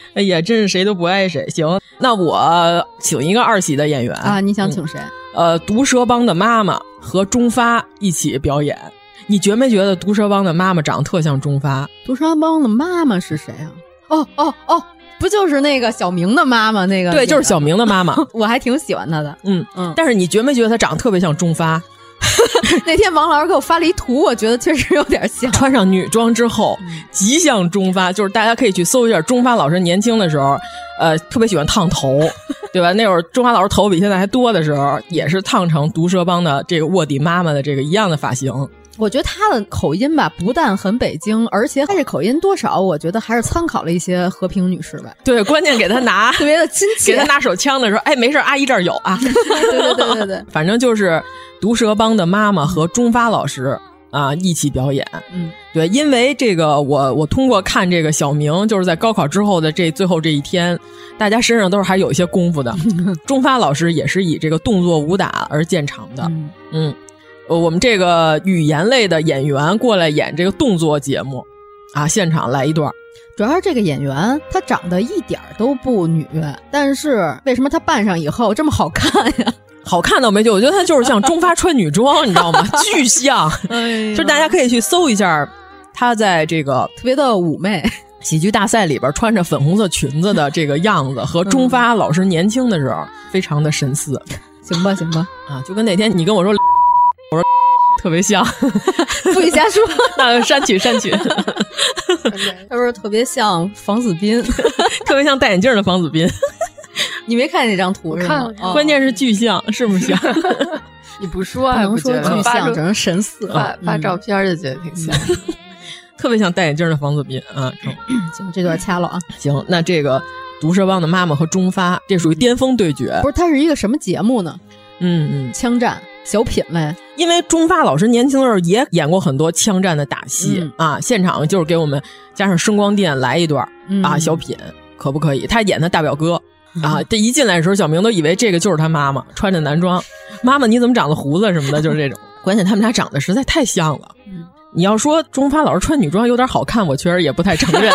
哎呀，真是谁都不爱谁。行，那我请一个二喜的演员啊，你想请谁？ 毒蛇帮的妈妈和钟发一起表演。你觉没觉得毒蛇帮的妈妈长得特像钟发？ 毒蛇帮的妈妈是谁啊？哦，不就是那个小明的妈妈那个？ 对，就是小明的妈妈。 我还挺喜欢她的。 但是你觉没觉得她长得特别像钟发？ 那天王老师给我发了一图，我觉得确实有点像。 穿上女装之后，极像钟发，就是大家可以去搜一下钟发老师年轻的时候，特别喜欢烫头，对吧？那会儿钟发老师头比现在还多的时候，也是烫成毒蛇帮的这个卧底妈妈的这个一样的发型。 我觉得他的口音吧，不但很北京，而且他这口音多少，我觉得还是参考了一些和平女士吧。 对，关键给他拿特别的亲切， 给他拿手枪的时候，哎，没事，阿姨这儿有啊。 对， 反正就是毒蛇帮的妈妈和钟发老师啊一起表演。对，因为这个我通过看这个小明，就是在高考之后的最后这一天，大家身上都是还有一些功夫的。钟发老师也是以这个动作武打而见长的。我们这个语言类的演员过来演这个动作节目啊，现场来一段。 主要是这个演员他长得一点都不女，但是为什么他扮上以后这么好看呀？ 好看倒没就，我觉得他就是像钟发穿女装，你知道吗？巨像。就是大家可以去搜一下他在这个特别的妩媚喜剧大赛里边穿着粉红色裙子的这个样子，和钟发老师年轻的时候非常的神似。 行吧啊，就跟那天你跟我说我说特别像， 不许瞎说。 那删去。 他说特别像房子斌， 特别像戴眼镜的房子斌。 你没看那张图是吗？ 关键是巨像，是不是像？ 你不说还不说巨像，只能神似。 发照片就觉得挺像， 特别像戴眼镜的房子斌啊。 行，这段掐了啊。 行，那这个毒蛇帮的妈妈和钟发，这属于巅峰对决。 不是，它是一个什么节目呢？枪战。小品类， 因为钟发老师年轻的时候也演过很多枪战的打戏啊，现场就是给我们加上声光电来一段啊，小品可不可以？他演的大表哥啊，这一进来的时候，小明都以为这个就是他妈妈穿着男装，妈妈你怎么长的胡子什么的，就是这种。关键他们俩长得实在太像了。你要说钟发老师穿女装有点好看，我确实也不太承认。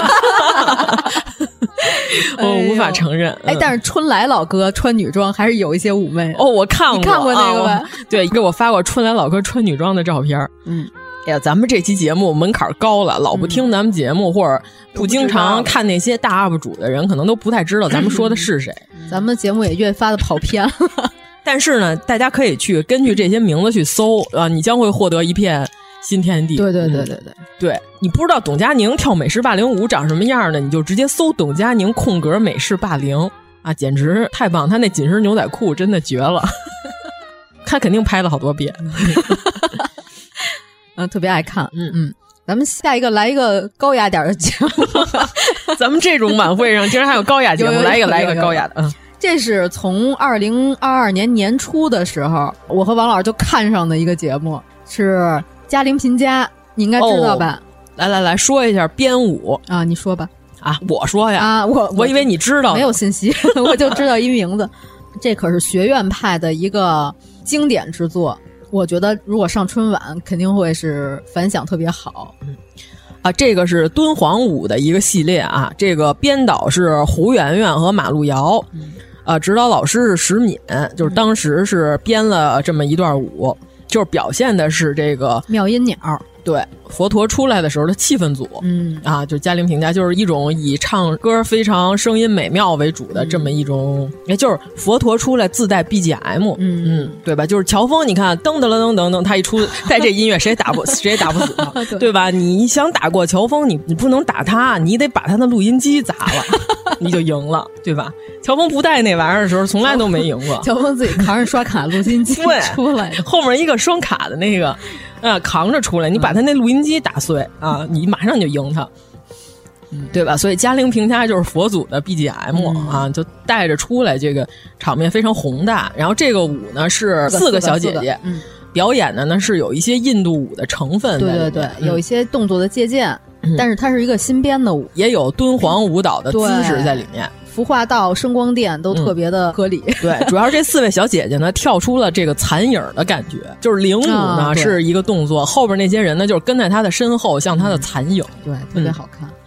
我无法承认。 但是春来老哥穿女装还是有一些妩媚。 我看过， 你看过那个吧？ 对，给我发过春来老哥穿女装的照片。哎呀，咱们这期节目门槛高了，老不听咱们节目或者不经常看那些大 UP 主的人，可能都不太知道咱们说的是谁。 咱们节目也越发的跑偏了。 但是呢，大家可以去根据这些名字去搜啊，你将会获得一片新天地。对，你不知道董佳宁跳美式霸凌舞长什么样的，你就直接搜董佳宁空格美式霸凌啊，简直太棒！他那紧身牛仔裤真的绝了，他肯定拍了好多遍。 特别爱看。咱们下一个来一个高雅点的节目。 咱们这种晚会上竟然还有高雅节目，来一个高雅的。 这是从2022年年初的时候，我和王老师就看上的一个节目，是嘉陵平家，你应该知道吧？ 来说一下编舞啊，你说吧。 啊，我说呀啊， 我以为你知道， 没有信息，我就知道一名字。这可是学院派的一个经典之作，我觉得如果上春晚，肯定会是反响特别好。 这个是敦煌舞的一个系列啊，这个编导是胡媛媛和马路遥。指导老师是石敏，就是当时是编了这么一段舞，就是表现的是这个妙音鸟， 对，佛陀出来的时候的气氛组。就是嘉陵平家，就是一种以唱歌非常声音美妙为主的这么一种，也就是佛陀出来自带 BGM。对吧？就是乔峰，你看噔噔噔噔噔，他一出带这音乐，谁也打不死他，对吧？你想打过乔峰，你不能打他，你得把他的录音机砸了，你就赢了，对吧？乔峰不带那玩意儿的时候，从来都没赢过。 乔峰自己扛着刷卡录音机出来的， 后面一个双卡的那个，扛着出来，你把他那录音机打碎啊，你马上就赢他，对吧？所以嘉陵平家就是佛祖的 BGM 啊，就带着出来，这个场面非常宏大。然后这个舞呢是4个小姐姐表演的呢，是有一些印度舞的成分在里面， 对，有一些动作的借鉴，但是它是一个新编的舞， 也有敦煌舞蹈的姿势在里面。 服化道、声光电都特别的合理。 对，主要是这4位小姐姐呢跳出了这个残影的感觉，就是领舞呢是一个动作，后边那些人呢就是跟在她的身后，像她的残影。 对，特别好看。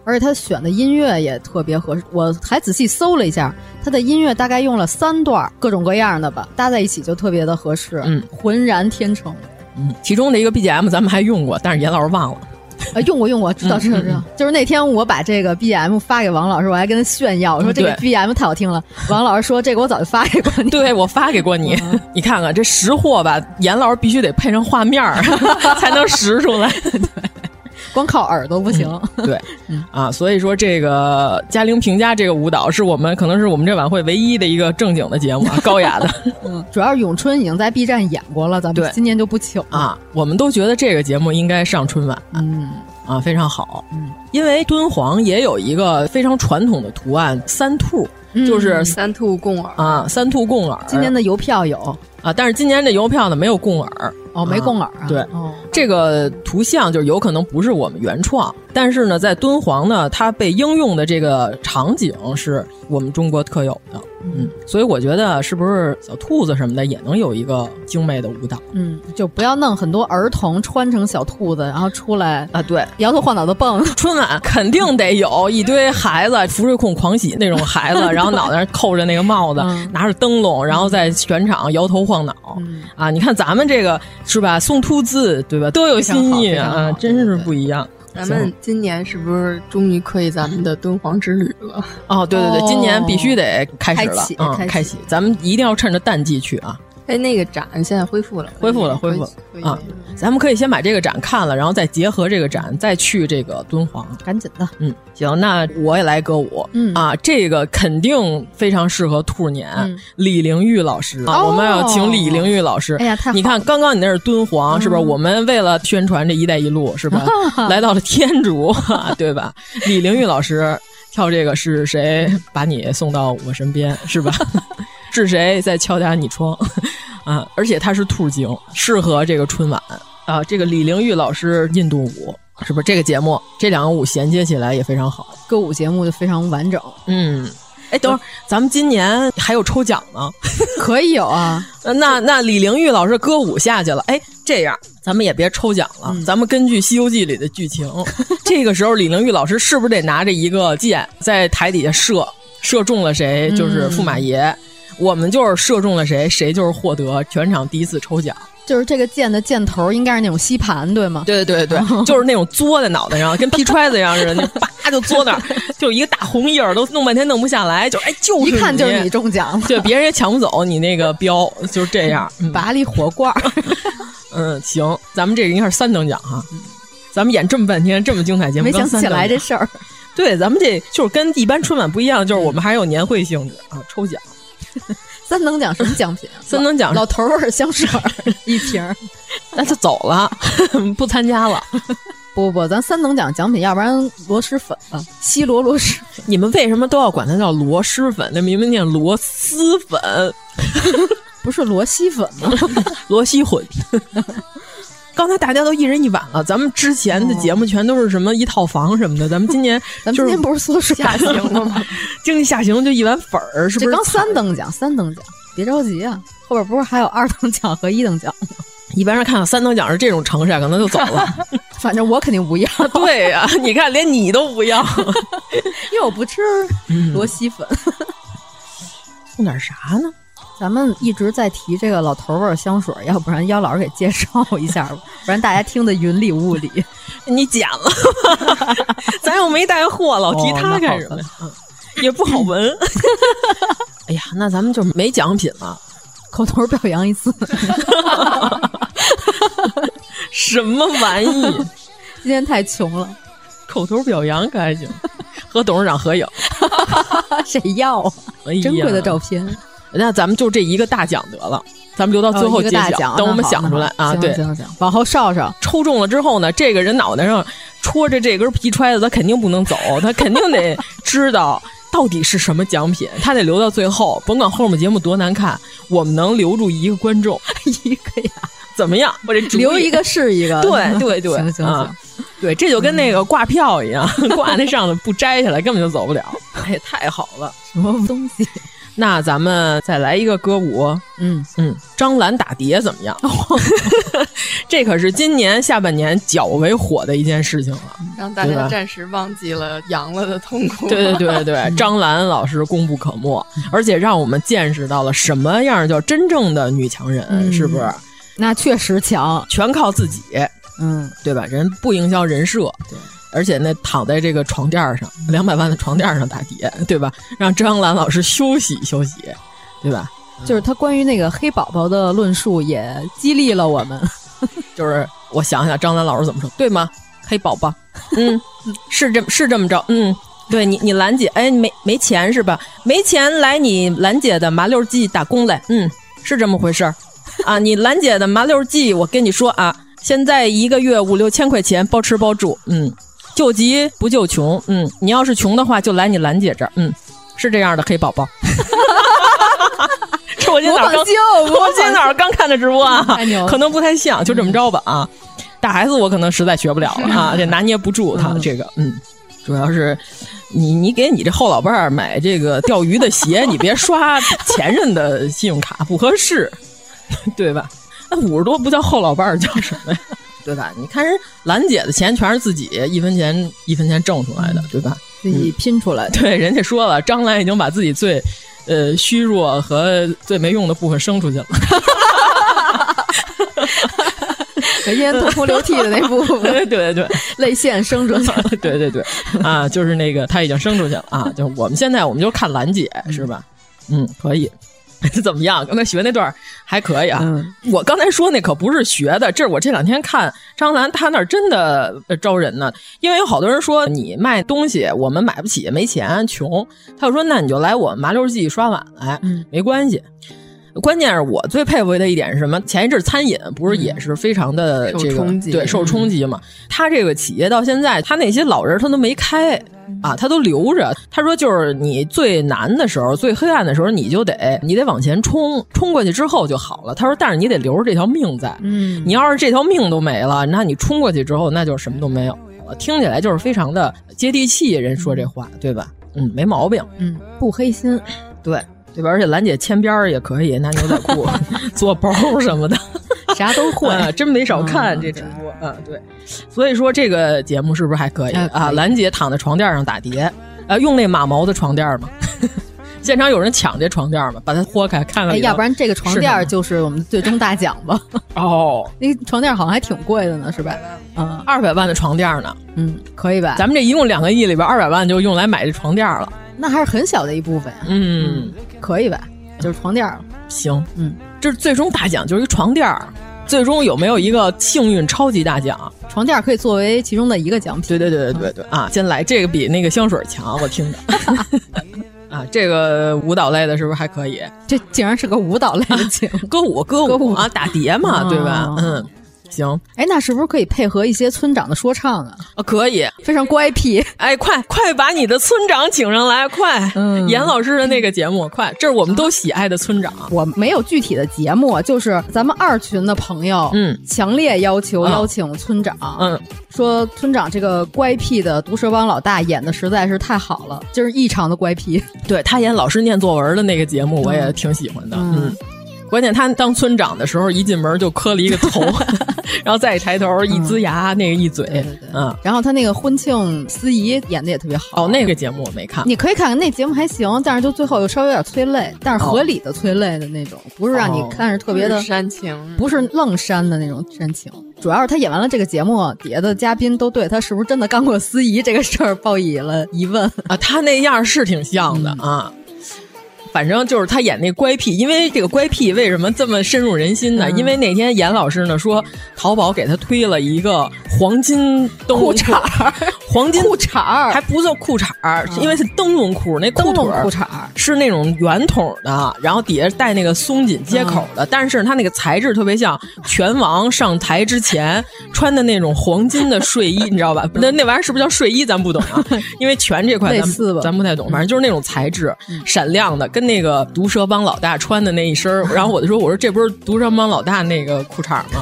而且他选的音乐也特别合适。我还仔细搜了一下，他的音乐大概用了3段，各种各样的吧，搭在一起就特别的合适，浑然天成。 其中的一个 BGM 咱们还用过，但是严老师忘了。 用过，知道。就是那天我把这个 BGM 发给王老师，我还跟他炫耀，我说这个 BGM 太好听了。王老师说这个我早就发给过你。 对，我发给过你。你看看这识货吧，严老师必须得配上画面才能识出来。对， 光靠耳朵不行。 对，所以说这个嘉玲评价这个舞蹈是可能是我们这晚会唯一的一个正经的节目高雅的。 主要是咏春已经在 B 站演过了，咱们今年就不请了。 我们都觉得这个节目应该上春晚。非常好。因为敦煌也有一个非常传统的图案3兔，就是 3兔共耳 3兔共耳。 今年的邮票有但是今年这邮票呢没有共耳。 没共耳对，这个图像就有可能不是我们原创，但是呢，在敦煌呢，它被应用的这个场景是我们中国特有的。所以我觉得是不是小兔子什么的也能有一个精美的舞蹈？ 就不要弄很多儿童穿成小兔子，然后出来对， 摇头晃脑的蹦。 春晚肯定得有一堆孩子福瑞控狂喜那种孩子，然后脑袋上扣着那个帽子，拿着灯笼，然后在全场摇头晃脑。你看咱们这个是吧？送兔子对吧？都有新意啊，真是不一样。 咱们今年是不是终于可以咱们的敦煌之旅了？ 对，今年必须得开始了，开启，咱们一定要趁着淡季去啊！ 那个展现在恢复了咱们可以先把这个展看了，然后再结合这个展再去这个敦煌， 赶紧的。 行，那我也来歌舞。这个肯定非常适合兔年。李玲玉老师我们要请李玲玉老师。 哎呀，太好了！ 你看，刚刚你那是敦煌，是不是？我们为了宣传这一带一路，是吧？来到了天竺，对吧？李玲玉老师跳这个是谁把你送到我身边，是吧？是谁在敲打你窗？而且他是兔精，适合这个春晚这个李玲玉老师印度舞，是不是？这个节目这2个舞衔接起来也非常好， 歌舞节目就非常完整。 等会儿咱们今年还有抽奖呢。 可以有啊。 那李玲玉老师歌舞下去了，这样咱们也别抽奖了，咱们根据《西游记》里的剧情，这个时候李玲玉老师是不是得拿着一个箭在台底下射中了谁就是驸马爷，我们就是射中了谁就是获得全场第一次抽奖。 就是这个箭的箭头应该是那种吸盘，对吗？ 对，就是那种嘬在脑袋上，跟皮揣子一样似的，那叭就嘬那儿，就一个大红印儿，都弄半天弄不下来，就是一看就是你中奖了， 对，别人也抢不走你那个标，就是这样。 拔了一火罐。 行，咱们这个应该是3等奖哈。咱们演这么半天这么精彩节目， 没想起来这事儿。 对，咱们这就是跟一般春晚不一样，就是我们还有年会性质抽奖。 3等奖什么奖品 ？3等奖老头味香水1瓶， 那就走了，不参加了。 不，咱3等奖奖品，要不然螺蛳粉吧，西螺蛳粉。 你们为什么都要管它叫螺蛳粉？那明明念螺蛳粉， 不是螺蛳粉吗？ 螺蛳粉。刚才大家都一人一碗了，咱们之前的节目全都是什么一套房什么的，咱们今年不是缩水下行了吗？ 经济下行就一碗粉儿，是不是？ 这刚3等奖，别着急啊，后边不是还有2等奖和1等奖吗？ 一般人看到3等奖是这种成色，可能就走了。 反正我肯定不要。 对呀，你看连你都不要， 因为我不吃螺蛳粉。 送点啥呢？ 咱们一直在提这个老头味香水，要不然妖老师给介绍一下吧，不然大家听得云里雾里。 你捡了吧，咱又没带货，老提它干什么？也不好闻。哎呀，那咱们就没奖品了， 口头表扬一次。 什么玩意？ 今天太穷了， 口头表扬可还行，和董事长合影。 谁要啊？珍贵的照片。 那咱们就这一个大奖得了，咱们留到最后揭晓，等我们想出来啊。对， 行，往后稍抽中了之后呢，这个人脑袋上戳着这根皮揣子，他肯定不能走，他肯定得知道到底是什么奖品，他得留到最后，甭管后面节目多难看，我们能留住一个观众， 一个呀？ 怎么样？我这留一个是一个。 对， 行。 对，这就跟那个挂票一样，挂那上头不摘下来根本就走不了。哎，太好了， 什么东西？ 那咱们再来一个歌舞，张兰打碟怎么样？这可是今年下半年较为火的一件事情了， 让大家暂时忘记了阳了的痛苦。 对，张兰老师功不可没，而且让我们见识到了什么样叫真正的女强人，是不是？ 那确实强， 全靠自己，对吧？人不营销人设，对。而且那躺在这个床垫上200万的床垫上打碟，对吧？让张兰老师休息休息，对吧？ 就是他关于那个黑宝宝的论述也激励了我们。 就是我想想张兰老师怎么说，对吗？黑宝宝，是这么着，对你兰姐，哎，没钱是吧？没钱来你兰姐的麻溜记打工来，是这么回事儿啊。你兰姐的麻溜记，我跟你说啊，现在1个月5-6千块钱，包吃包住，救急不救穷，你要是穷的话，就来你兰姐这儿，是这样的，黑宝宝。这我今天早上刚看的直播啊，可能不太像，就这么着吧啊。大孩子我可能实在学不了了啊，这拿捏不住他这个，主要是你给你这后老伴儿买这个钓鱼的鞋，你别刷前任的信用卡，不合适，对吧？那50多不叫后老伴儿，叫什么呀？对吧？你看人兰姐的钱全是自己一分钱挣出来的，对吧？ 自己拼出来的。 对，人家说了，张兰已经把自己最虚弱和最没用的部分生出去了。 咽咽痛哭流涕的那部分， 对， 泪腺生出去了。 对啊，就是那个他已经生出去了啊。就我们现在就看兰姐是吧？可以。怎么样？刚才学那段还可以啊。我刚才说那可不是学的，这是我这2天看张兰她那儿真的招人呢。因为有好多人说你卖东西我们买不起，没钱穷，他就说那你就来我麻溜记刷碗来，没关系。关键是我最佩服的一点是什么？前一阵餐饮不是也是非常的这个受冲击嘛？他这个企业到现在，他那些老人他都没开啊，他都留着。他说就是你最难的时候、最黑暗的时候，你得往前冲过去之后就好了。他说，但是你得留着这条命在。你要是这条命都没了，那你冲过去之后，那就什么都没有了。听起来就是非常的接地气，人说这话对吧？没毛病。 不黑心， 对吧？而且兰姐牵边也可以拿牛仔裤做包什么的， 啥都会， 真没少看这直播啊。对，所以说这个节目是不是还可以啊？兰姐躺在床垫上打碟，用那马毛的床垫吗？现场有人抢这床垫吗？把它豁开看看。 要不然这个床垫就是我们最终大奖吧？ 哦， 那床垫好像还挺贵的呢，是吧 ？200万的床垫呢？ 可以吧？ 咱们这一共2个亿里边200万就用来买这床垫了。 那还是很小的一部分呀。可以吧？就是床垫。 行，这是最终大奖，就是一床垫。最终有没有一个幸运超级大奖？ 床垫可以作为其中的一个奖品。 对啊！先来这个比那个香水强，我听着。啊，这个舞蹈类的是不是还可以？ 这竟然是个舞蹈类的节目， 歌舞啊，打碟嘛，对吧？行， 那是不是可以配合一些村长的说唱啊？ 可以， 非常乖僻。 快把你的村长请上来，快！严老师的那个节目，快！这是我们都喜爱的村长。 我没有具体的节目，就是咱们2群的朋友，强烈邀请村长，说村长这个乖僻的毒蛇帮老大演的实在是太好了，就是异常的乖僻。 对，他演老师念作文的那个节目，我也挺喜欢的。关键他当村长的时候，一进门就磕了一个头，然后再一抬头一呲牙，那个一嘴， 然后他那个婚庆司仪演的也特别好。 那个节目我没看， 你可以看看那节目还行，但是就最后又稍微有点催泪，但是合理的催泪的那种，不是让你看着特别的煽情， 不是愣煽的那种煽情。主要是他演完了这个节目，底下的嘉宾都对他是不是真的干过司仪这个事儿抱以了疑问啊。他那样是挺像的啊。反正就是他演那乖僻，因为这个乖僻为什么这么深入人心呢？因为那天严老师呢说，淘宝给他推了一个黄金裤衩， 黄金裤衩还不叫裤衩，因为是灯笼裤，那裤衩是那种圆筒的，然后底下带那个松紧接口的，但是它那个材质特别像拳王上台之前穿的那种黄金的睡衣，你知道吧？那玩意儿是不是叫睡衣？咱不懂啊，因为拳这块咱不太懂，反正就是那种材质，闪亮的，跟那个毒蛇帮老大穿的那一身，然后我就说这不是毒蛇帮老大那个裤衩吗？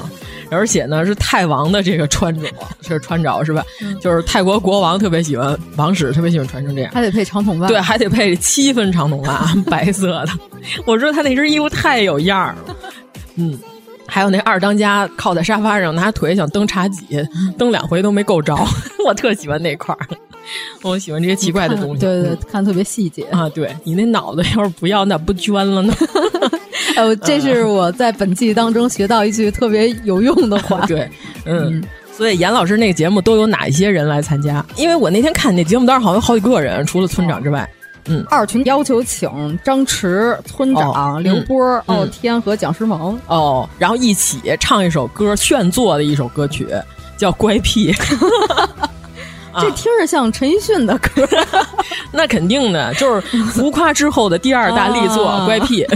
而且呢是泰王的这个穿着是吧？就是泰国国王特别喜欢，王室特别喜欢穿成这样， 还得配长筒袜， 对，还得配7分长筒袜，白色的。我说他那身衣服太有样儿了，还有那二当家靠在沙发上拿腿想蹬茶几，蹬2回都没够着，我特喜欢那块儿。我喜欢这些奇怪的东西， 对对，看特别细节啊。对，你那脑子要是不要，那不捐了呢？ 这是我在本季当中学到一句特别有用的话。 对，所以严老师那个节目都有哪一些人来参加？因为我那天看那节目单好像有好几个人，除了村长之外。 二群要求请张弛、村长、刘波、傲天和蒋诗萌然后一起唱一首歌，炫作的一首歌曲叫《乖僻》。 这听着像陈奕迅的歌。 那肯定的，就是浮夸之后的第2大力作《乖僻》。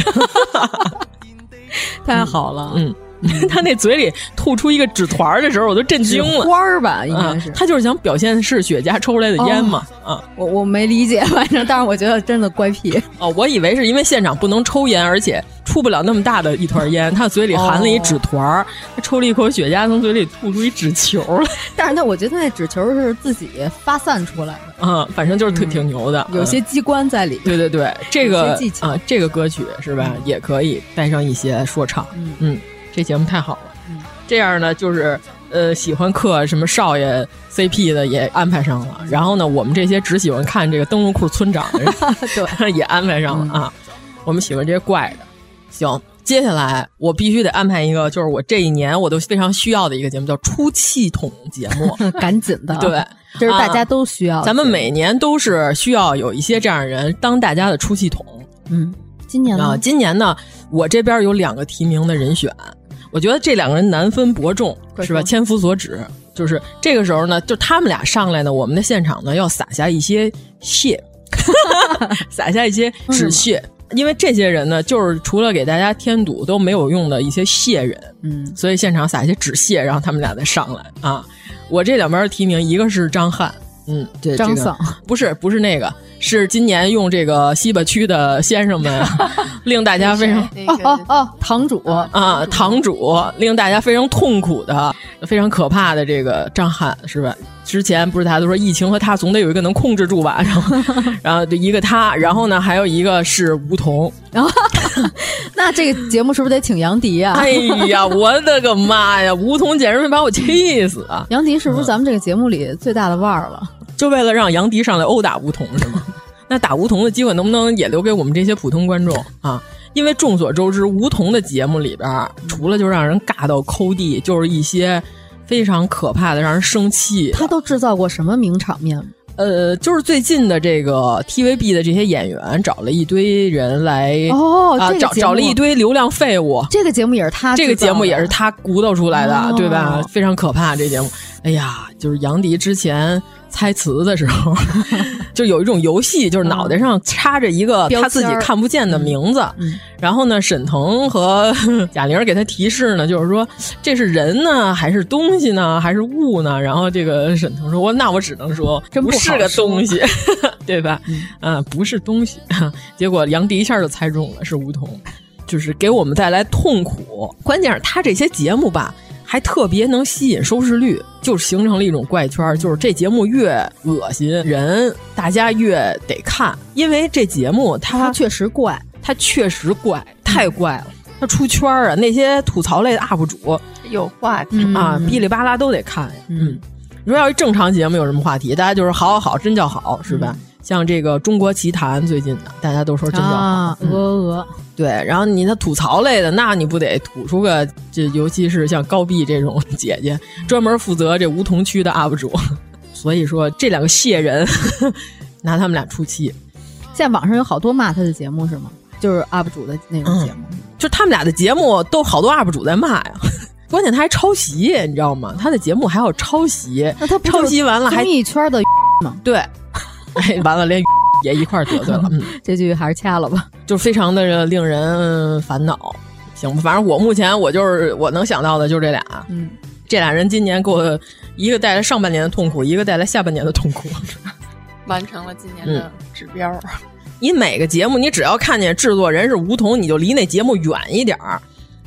太好了， 他那嘴里吐出一个纸团的时候，我都震惊了。 花儿吧，应该是。 他就是想表现是雪茄抽出来的烟嘛。 我没理解，反正，但是我觉得真的乖僻。 我以为是因为现场不能抽烟，而且出不了那么大的一团烟，他嘴里含了一纸团，他抽了一口雪茄，从嘴里吐出一纸球来。 但是我觉得那纸球是自己发散出来的。 反正就是挺牛的， 有些机关在里面。 对对对，这个这个歌曲是吧，也可以带上一些说唱。这节目太好了，这样呢就是喜欢嗑什么少爷 CP 的也安排上了，然后呢我们这些只喜欢看这个灯笼裤村长的人对也安排上了啊。我们喜欢这些怪的。行，接下来我必须得安排一个，就是我这一年我都非常需要的一个节目，叫出气筒节目。 赶紧的， 对， 这是大家都需要的。 咱们每年都是需要有一些这样的人当大家的出气筒。 今年呢？ 今年呢，我这边有2个提名的人选。我觉得这2个人难分伯仲，是吧？千夫所指，就是这个时候呢，就他们俩上来呢，我们的现场呢要撒下一些蟹，撒下一些纸蟹，因为这些人呢，就是除了给大家添堵都没有用的一些蟹人，所以现场撒一些纸蟹，然后他们俩再上来啊。我这2边提名，一个是张翰，对， 张桑、 不是那个。是今年用这个西巴区的先生们令大家非常堂主啊，堂主令大家非常痛苦的、非常可怕的这个张翰是吧？之前不是大家都说疫情和他总得有一个能控制住吧？然后一个他，然后呢还有一个是吴彤。 那这个节目是不是得请杨迪啊？ 哎呀，我的个妈呀！吴彤简直会把我气死啊！ 杨迪是不是咱们这个节目里最大的腕儿了？ 就为了让杨迪上来殴打吴彤是吗？那打吴彤的机会能不能也留给我们这些普通观众啊？因为众所周知，吴彤的节目里边除了就让人尬到抠地，就是一些非常可怕的让人生气。 他都制造过什么名场面？ 就是最近的这个 TVB 的这些演员找了一堆人来找了一堆流量废物。 这个节目也是他， 这个节目也是他鼓捣出来的，对吧？非常可怕这节目。哎呀，就是杨迪之前猜词的时候，就有一种游戏，就是脑袋上插着一个他自己看不见的名字，然后呢，沈腾和贾玲给他提示呢，就是说这是人呢，还是东西呢，还是物呢？然后这个沈腾说：“那我只能说不是个东西，对吧？不是东西。”结果杨迪一下就猜中了，是吴彤，就是给我们带来痛苦。关键是他这些节目吧。还特别能吸引收视率，就形成了一种怪圈，就是这节目越恶心人，大家越得看，因为这节目它确实怪， 它确实怪，太怪了，它出圈啊！那些吐槽类的 UP 主有话题啊，哔哩吧啦都得看。你说要是正常节目有什么话题，大家就是好好好，真叫好，是吧？像这个中国奇谭最近的，大家都说真叫好，对。然后你那吐槽类的，那你不得吐出个这，尤其是像高碧这种姐姐，专门负责这梧桐区的 UP 主。所以说这2个蟹人拿他们俩出气。 现在网上有好多骂他的节目是吗？就是 UP 主的那种节目， 就他们俩的节目都好多 UP 主在骂呀。关键他还抄袭，你知道吗？他的节目还要抄袭， 那他抄袭完了还一圈的吗？ 对。完了，连也一块得罪了。 这句还是掐了吧， 就非常的令人烦恼。行吧，反正我目前我能想到的就是这俩。这俩人今年给我一个带来上半年的痛苦，一个带来下半年的痛苦， 完成了今年的指标。 你每个节目，你只要看见制作人是吴彤，你就离那节目远一点儿。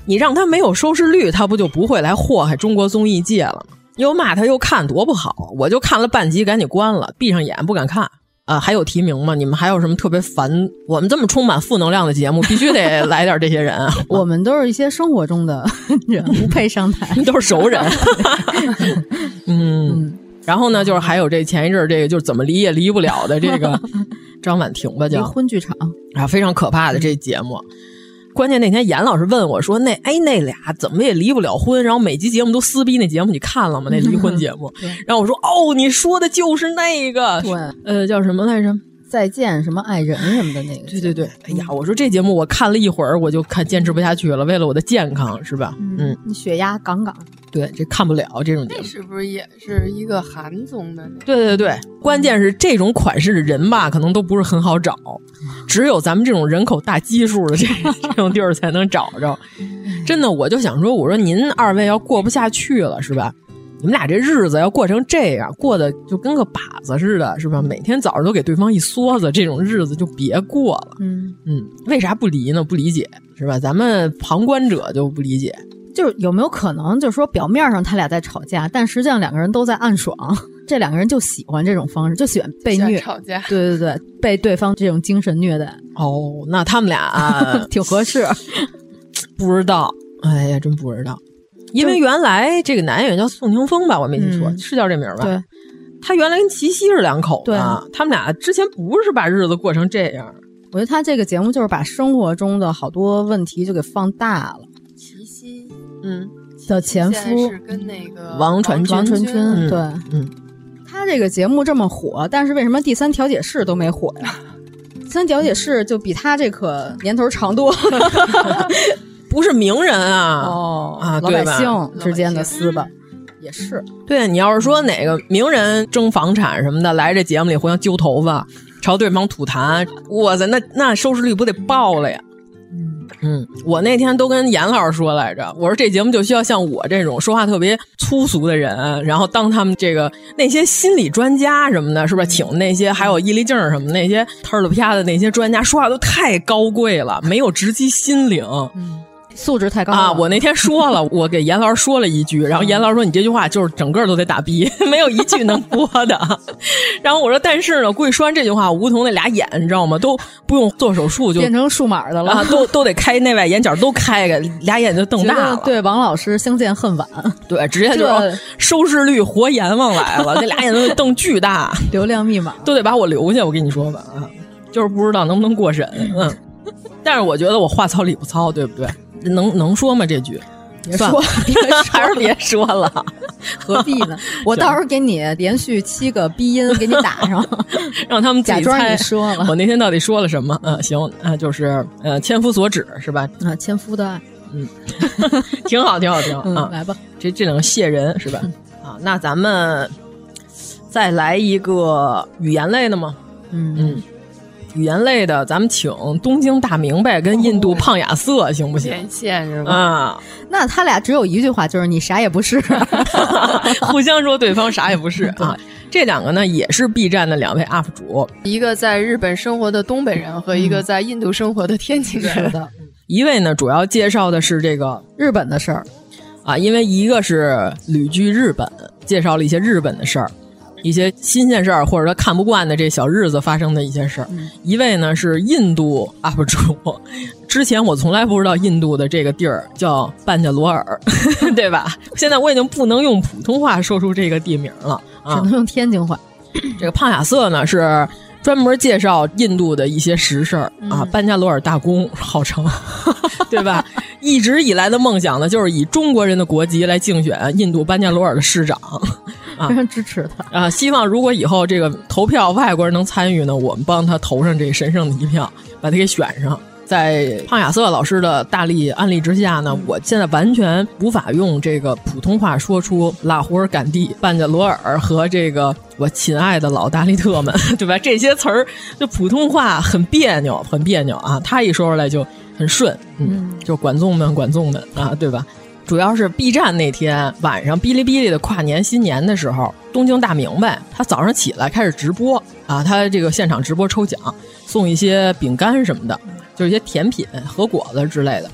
你让他没有收视率，他不就不会来祸害中国综艺界了吗？又骂他又看多不好，我就看了半集赶紧关了，闭上眼不敢看。还有提名吗？你们还有什么特别烦？我们这么充满负能量的节目，必须得来点这些人。 我们都是一些生活中的人，不配上台， 都是熟人。然后呢，就是还有这前一阵这个就是怎么离也离不了的这个张婉婷吧，叫离婚剧场啊，非常可怕的这节目。关键那天严老师问我说：“那俩怎么也离不了婚？然后每集节目都撕逼，那节目你看了吗？那离婚节目？”然后我说：“哦，你说的就是那个， 对， 叫什么来着？ 再见什么爱人什么的那个。” 对，哎呀，我说这节目我看了一会儿，我就坚持不下去了，为了我的健康，是吧？ 你血压杠杠。 对，这看不了这种节目。 是不是也是一个韩综的？ 对，关键是这种款式的人吧，可能都不是很好找，只有咱们这种人口大基数的这种地儿才能找着。真的，我就想说，我说您二位要过不下去了，是吧？你们俩这日子要过成这样，过得就跟个靶子似的，是吧？每天早上都给对方一梭子，这种日子就别过了。为啥不离呢？不理解，是吧？咱们旁观者就不理解。 就是有没有可能，就是说表面上他俩在吵架，但实际上两个人都在暗爽，这两个人就喜欢这种方式，就喜欢被虐吵架。 对，被对方这种精神虐待。 哦，那他们俩挺合适。 不知道，哎呀，真不知道。因为原来这个男演员叫宋霆锋吧，我没记错，是叫这名吧？ 对， 他原来跟齐溪是两口子， 对， 他们俩之前不是把日子过成这样。 我觉得他这个节目就是把生活中的好多问题就给放大了。 齐溪， 的前夫是跟那个王传君， 对，他这个节目这么火，但是为什么第三调解室都没火呀？第三调解室就比他这可年头长多。 不是名人啊， 老百姓之间的撕吧，也是。 对，你要是说哪个名人争房产什么的，来这节目里互相揪头发，朝对方吐痰，哇塞，那收视率不得爆了呀？我那天都跟严老师说来着，我说这节目就需要像我这种说话特别粗俗的人，然后当他们这个那些心理专家什么的，是吧？请那些还有易立竞什么那些特了啪的那些专家，说话都太高贵了，没有直击心灵。 素质太高了啊！我那天说了，我给严老师说了一句，然后严老师说你这句话就是整个都得打逼，没有一句能播的。然后我说，但是呢，估计说完这句话，吴桐那俩眼你知道吗？都不用做手术就变成数码的了， 啊、都得开内外眼角都开开，俩眼就瞪大了。 对王老师相见恨晚， 对，直接就收视率活阎王来了，这俩眼都瞪巨大， 流量密码都得把我留下。我跟你说吧，啊，就是不知道能不能过审。但是我觉得我话糙理不糙，对不对？能说吗？这句别说， 还是别说了， 何必呢？我到时候给你连续7个逼音给你打上， 让他们自己假装你说了。 我那天到底说了什么？行，就是千夫所指是吧？ 千夫的爱， 挺好啊！ 来吧， 这两个谢人是吧？那咱们再来一个语言类的吗？语言类的，咱们请东京大明白跟印度胖亚瑟行不行？ 连线是吧？ 啊， 那他俩只有一句话，就是你啥也不是， 互相说对方啥也不是啊。这两个呢，也是 B 站的2位 UP 主， 一个在日本生活的东北人和一个在印度生活的天津人。 的一位呢，主要介绍的是这个日本的事儿啊，因为一个是旅居日本，介绍了一些日本的事儿。一些新鲜事儿，或者他看不惯的这小日子发生的一些事儿。一位呢是印度 UP 主，之前我从来不知道印度的这个地儿叫班加罗尔，对吧？现在我已经不能用普通话说出这个地名了， 只能用天津话。 这个胖亚瑟呢是专门介绍印度的一些实事儿啊，班加罗尔大公号称，对吧？一直以来的梦想呢，就是以中国人的国籍来竞选印度班加罗尔的市长。 非常支持他啊！希望如果以后这个投票外国人能参与呢，我们帮他投上这个神圣的一票，把他给选上。在胖亚瑟老师的大力安利之下呢，我现在完全无法用这个普通话说出拉胡尔甘地、班加罗尔和这个我亲爱的老大利特们，对吧？这些词儿就普通话很别扭啊！他一说出来就很顺，就管仲们啊，对吧？主要是 B 站那天晚上哔哩哔哩的跨年新年的时候，东京大明白他早上起来开始直播啊，他这个现场直播抽奖，送一些饼干什么的，就是一些甜品和果子之类的。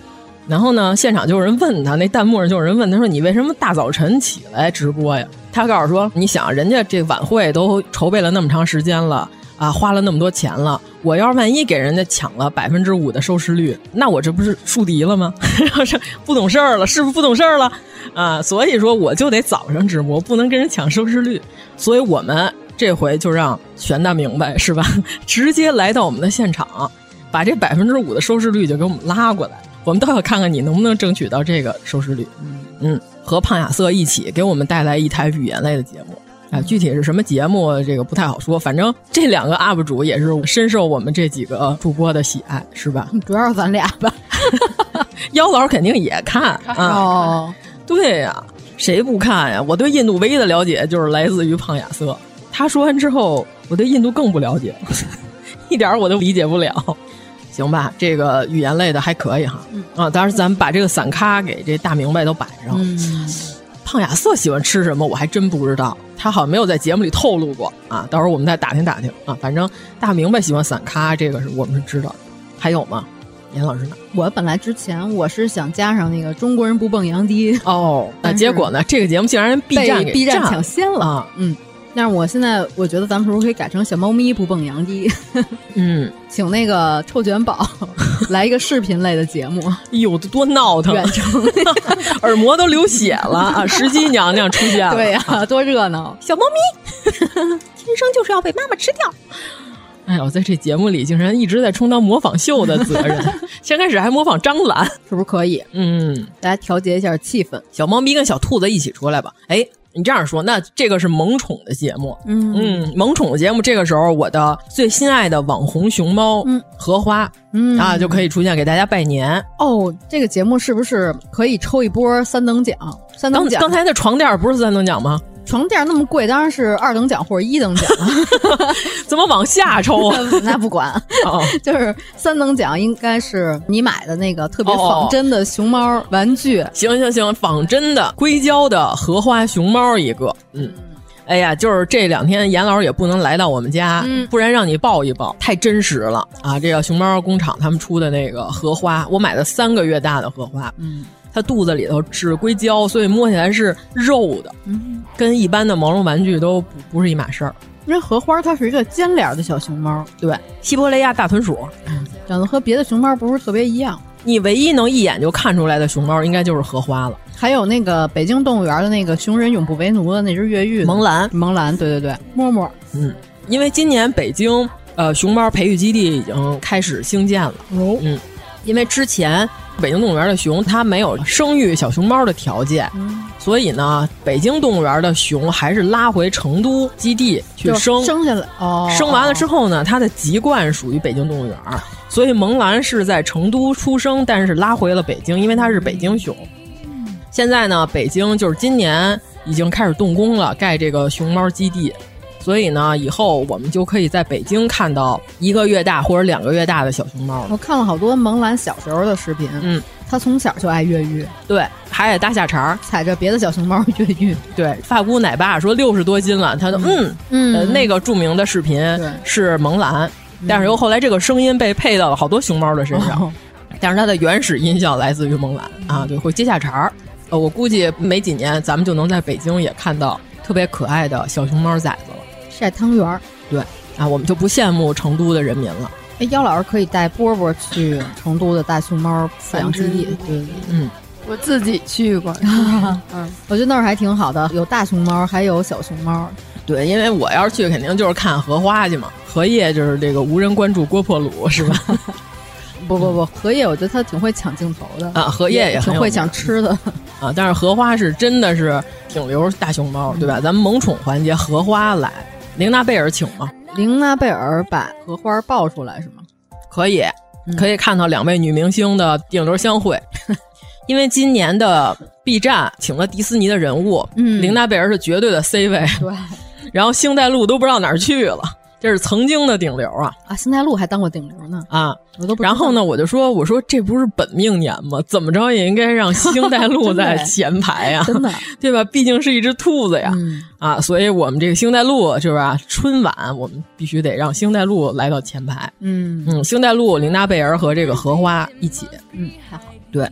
然后呢，现场就有人问他，那弹幕上就有人问他说：“你为什么大早晨起来直播呀？”他告诉说：“你想，人家这晚会都筹备了那么长时间了啊，花了那么多钱了，我要是万一给人家抢了5%的收视率，那我这不是树敌了吗？不懂事儿了，是不是不懂事儿了啊？所以说我就得早上直播，不能跟人抢收视率。所以我们这回就让玄大明白是吧，直接来到我们的现场，把这5%的收视率就给我们拉过来。”我们都要看看你能不能争取到这个收视率，和胖亚瑟一起给我们带来一台语言类的节目啊，具体是什么节目这个不太好说，反正这2个 UP 主也是深受我们这几个主播的喜爱，是吧？ 主要是咱俩吧， 妖老师肯定也看啊，对呀，谁不看呀？我对印度唯一的了解就是来自于胖亚瑟，他说完之后，我对印度更不了解，一点我都理解不了。行吧，这个语言类的还可以哈，当然咱们把这个散咖给这大明白都摆上。胖亚瑟喜欢吃什么我还真不知道，他好像没有在节目里透露过啊，到时候我们再打听打听啊。反正大明白喜欢散咖，这个是我们是知道的。还有吗？严老师呢？ 我本来之前我是想加上那个中国人不蹦洋迪哦，那结果呢？这个节目竟然人 B 站抢先了啊！ 但是我现在我觉得咱们是不是可以改成小猫咪不蹦洋迪？请那个臭卷宝来一个视频类的节目。 有多闹腾， 远程耳膜都流血了啊！石矶娘娘出现了， 对呀，多热闹！ 小猫咪天生就是要被妈妈吃掉。哎呦，在这节目里竟然一直在充当模仿秀的责任。先开始还模仿张兰， 是不是可以？大家调节一下气氛。 小猫咪跟小兔子一起出来吧。哎，你这样说，那这个是萌宠的节目。萌宠的节目，这个时候我的最心爱的网红熊猫荷花就可以出现给大家拜年。 哦，这个节目是不是可以抽一波3等奖？3等奖， 刚才的床垫不是3等奖吗？ 床垫那么贵，当然是2等奖或者1等奖怎么往下抽啊？ 那不管，就是3等奖应该是你买的那个特别仿真的熊猫玩具。 行，仿真的硅胶的荷花熊猫一个。哎呀，就是这2天严老师也不能来到我们家，不然让你抱一抱，太真实了啊！这个熊猫工厂他们出的那个荷花，我买的3个月大的荷花，它肚子里头是硅胶，所以摸起来是肉的，跟一般的毛绒玩具都不是一码事儿。 因为荷花它是一个尖脸的小熊猫， 对，西伯利亚大豚鼠， 长得和别的熊猫不是特别一样。 你唯一能一眼就看出来的熊猫应该就是荷花了。 还有那个北京动物园的那个熊人永不为奴的那只越狱萌兰， 对，摸摸。 因为今年北京熊猫培育基地已经开始兴建了。因为之前北京动物园的熊它没有生育小熊猫的条件，所以呢，北京动物园的熊还是拉回成都基地去生下来。 生完了之后呢，它的籍贯属于北京动物园，所以萌兰是在成都出生，但是拉回了北京，因为它是北京熊。现在呢，北京就是今年已经开始动工了，盖这个熊猫基地。所以呢，以后我们就可以在北京看到1个月大或者2个月大的小熊猫了。 我看了好多萌兰小时候的视频，他从小就爱越狱， 对，还得搭下茬， 踩着别的小熊猫越狱。 对，发姑奶爸说60多斤了，他都那个著名的视频是萌兰，但是又后来这个声音被配到了好多熊猫的身上，但是它的原始音效来自于萌兰啊，对，会接下茬。我估计没几年咱们就能在北京也看到特别可爱的小熊猫崽子了。 晒汤圆， 对啊，我们就不羡慕成都的人民了。 妖老师可以带波波去成都的大熊猫饲养基地。对， 我自己去过。 我觉得那儿还挺好的，有大熊猫，还有小熊猫。 对，因为我要是去，肯定就是看荷花去嘛。荷叶就是这个无人关注郭破鲁，是吧？ 不，荷叶我觉得他挺会抢镜头的啊，荷叶也挺会抢吃的啊。但是荷花是真的是挺留大熊猫，对吧？咱们萌宠环节，荷花来。玲娜贝尔请吗？ 玲娜贝尔把荷花抱出来是吗？ 可以，可以看到2位女明星的顶流相会。因为今年的 B 站请了迪士尼的人物，玲娜贝尔是绝对的 C 位， 对。 然后星黛露都不知道哪儿去了，这是曾经的顶流啊！ 星黛露还当过顶流呢啊！ 我都不知道。 然后呢，我说这不是本命年吗？怎么着也应该让星黛露在前排啊， 真的， 对吧？毕竟是一只兔子呀，啊！所以我们这个星黛露是吧？春晚我们必须得让星黛露来到前排。星黛露、玲娜贝尔和这个荷花一起， 太好了。 对，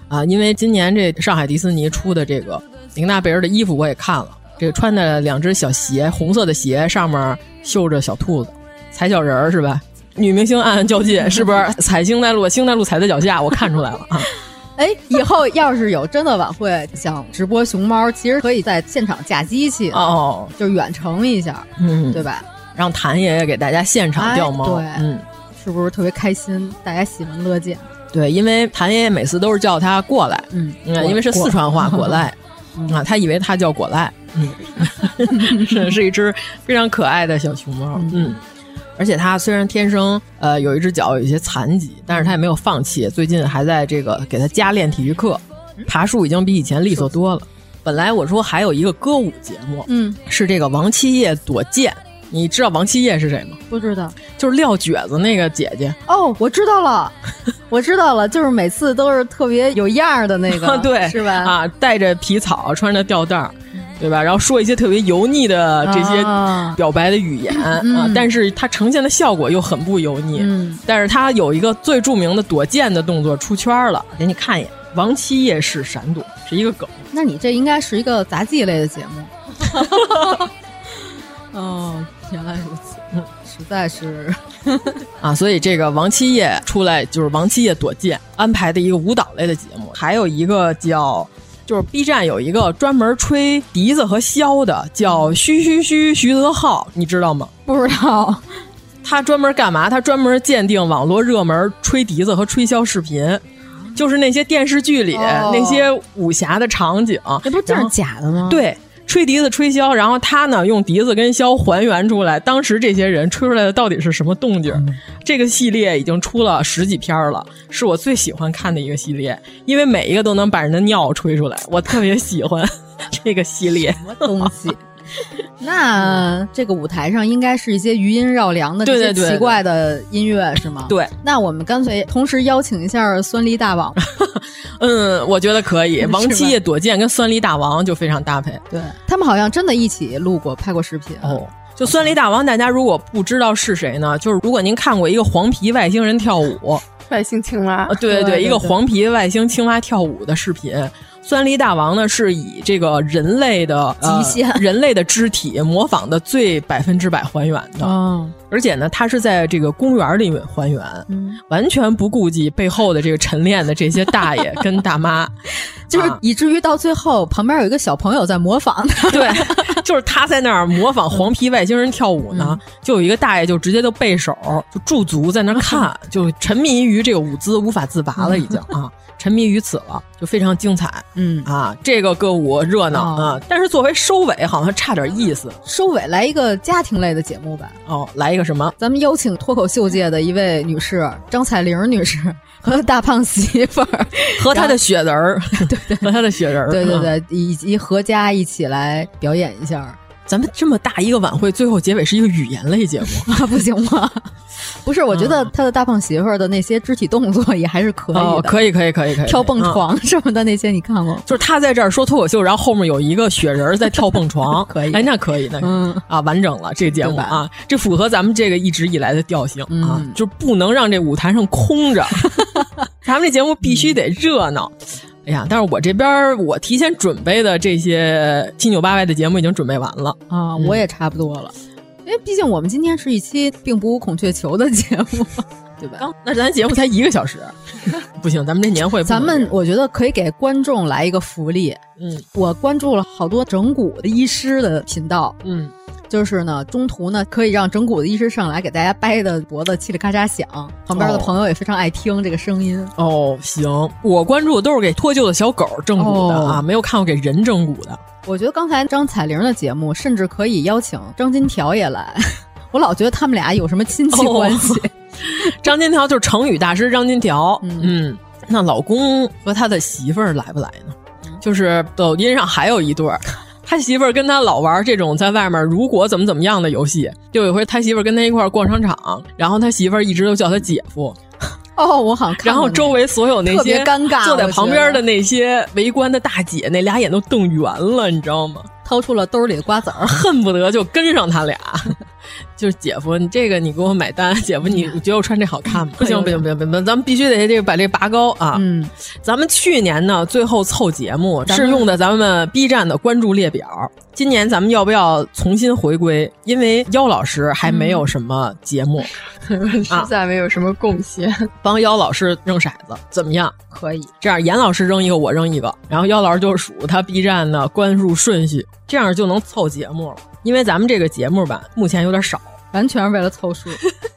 啊，因为今年这上海迪士尼出的这个玲娜贝儿的衣服我也看了，这个穿的2只小鞋，红色的鞋上面绣着小兔子，踩小人是吧？女明星暗暗较劲，是不是踩星黛露，星黛露踩在脚下，我看出来了啊。 哎，以后要是有真的晚会想直播熊猫，其实可以在现场架机器哦， 就远程一下，对吧？ 让谭爷爷给大家现场掉猫， 对，是不是特别开心？大家喜闻乐见。 对，因为谭爷爷每次都是叫他过来，因为是四川话果赖啊，他以为他叫果赖，是一只非常可爱的小熊猫，而且他虽然天生有一只脚有一些残疾，但是他也没有放弃，最近还在这个给他加练体育课，爬树已经比以前利索多了。本来我说还有一个歌舞节目，是这个王七叶躲剑。你知道王七叶是谁吗？ 不知道， 就是撂蹶子那个姐姐。 哦，我知道了，我知道了，就是每次都是特别有样的那个， 对， 是吧？ 啊，带着皮草，穿着吊带儿，对吧？然后说一些特别油腻的这些表白的语言啊，但是它呈现的效果又很不油腻。但是它有一个最著名的躲剑的动作出圈了，给你看一眼。王七叶式闪躲是一个梗。 那你这应该是一个杂技类的节目。哦，原来如此，实在是啊，所以这个王七叶出来就是王七叶躲剑安排的一个舞蹈类的节目，还有一个叫就是 B 站有一个专门吹笛子和箫的，叫嘘嘘嘘徐德浩，你知道吗？ 不知道。 他专门干嘛？他专门鉴定网络热门吹笛子和吹箫视频。就是那些电视剧里、那些武侠的场景， 这不就是假的吗？ 对，吹笛子吹箫，然后他呢用笛子跟箫还原出来当时这些人吹出来的到底是什么动静。这个系列已经出了10几篇了，是我最喜欢看的一个系列，因为每一个都能把人的尿吹出来，我特别喜欢这个系列。 什么东西？那这个舞台上应该是一些余音绕梁的这些奇怪的音乐是吗？ 对， 那我们干脆同时邀请一下酸梨大王。 我觉得可以。王七叶躲剑跟酸梨大王就非常搭配。 对，他们好像真的一起录过拍过视频哦。就酸梨大王，大家如果不知道是谁呢，就是如果您看过一个黄皮外星人跳舞， 外星青蛙， 对，一个黄皮外星青蛙跳舞的视频。酸梨大王呢，是以这个人类的极限、 人类的肢体模仿的最100%还原的。而且呢，它是在这个公园里面还原，完全不顾及背后的这个晨练的这些大爷跟大妈， 就是以至于到最后旁边有一个小朋友在模仿他。 对，就是他在那儿模仿黄皮外星人跳舞呢，就有一个大爷就直接就背手就驻足在那儿看，就沉迷于这个舞姿无法自拔了，已经啊。沉迷于此了，就非常精彩。这个歌舞热闹啊，但是作为收尾好像差点意思。 收尾来一个家庭类的节目吧。 来一个什么？ 咱们邀请脱口秀界的一位女士张彩玲女士和大胖媳妇儿和她的雪人儿，对，和她的雪人儿， 对，以及合家一起来表演一下。 咱们这么大一个晚会，最后结尾是一个语言类节目， 不行吗？不是，我觉得他的大胖媳妇儿的那些肢体动作也还是可以的。 可以， 跳蹦床什么的那些你看过？ 就是他在这儿说脱口秀，然后后面有一个雪人在跳蹦床， 可以。 哎，那可以，完整了这节目啊，这符合咱们这个一直以来的调性啊，就不能让这舞台上空着，咱们这节目必须得热闹。哎呀，但是我这边我提前准备的这些七扭八歪的节目已经准备完了啊，我也差不多了，因为毕竟我们今天是一期并不无孔雀球的节目，对吧？ 那咱节目才1个小时，不行，咱们这年会不咱们我觉得可以给观众来一个福利。我关注了好多整骨的医师的频道，就是呢，中途呢可以让整骨的医师上来给大家掰的脖子嘁哩咔嚓响，旁边的朋友也非常爱听这个声音。 行，我关注的都是给脱臼的小狗整骨的啊，没有看过给人整骨的。 我觉得刚才张彩玲的节目甚至可以邀请张金条也来，我老觉得他们俩有什么亲戚关系。 张金条就是成语大师张金条，那老公和他的媳妇儿来不来呢？就是抖音上还有一对儿。他媳妇儿跟他老玩这种在外面如果怎么样的游戏，就有一回他媳妇儿跟他一块儿逛商场，然后他媳妇儿一直都叫他姐夫。 我好像看过。 然后周围所有那些特别尴尬坐在旁边的那些围观的大姐，那俩眼都瞪圆了，你知道吗？ 掏出了兜里的瓜子儿， 恨不得就跟上他俩。 就是姐夫，你这个你给我买单，姐夫你觉得我穿这好看吗？不行，咱们必须得这个把这个拔高啊！咱们去年呢最后凑节目是用的咱们 B 站的关注列表，今年咱们要不要重新回归？因为妖老师还没有什么节目， 实在没有什么贡献， 帮妖老师扔骰子怎么样？ 可以， 这样严老师扔一个，我扔一个，然后妖老师就数他 B 站的关注顺序，这样就能凑节目了。因为咱们这个节目吧，目前有点少， 完全是为了凑数。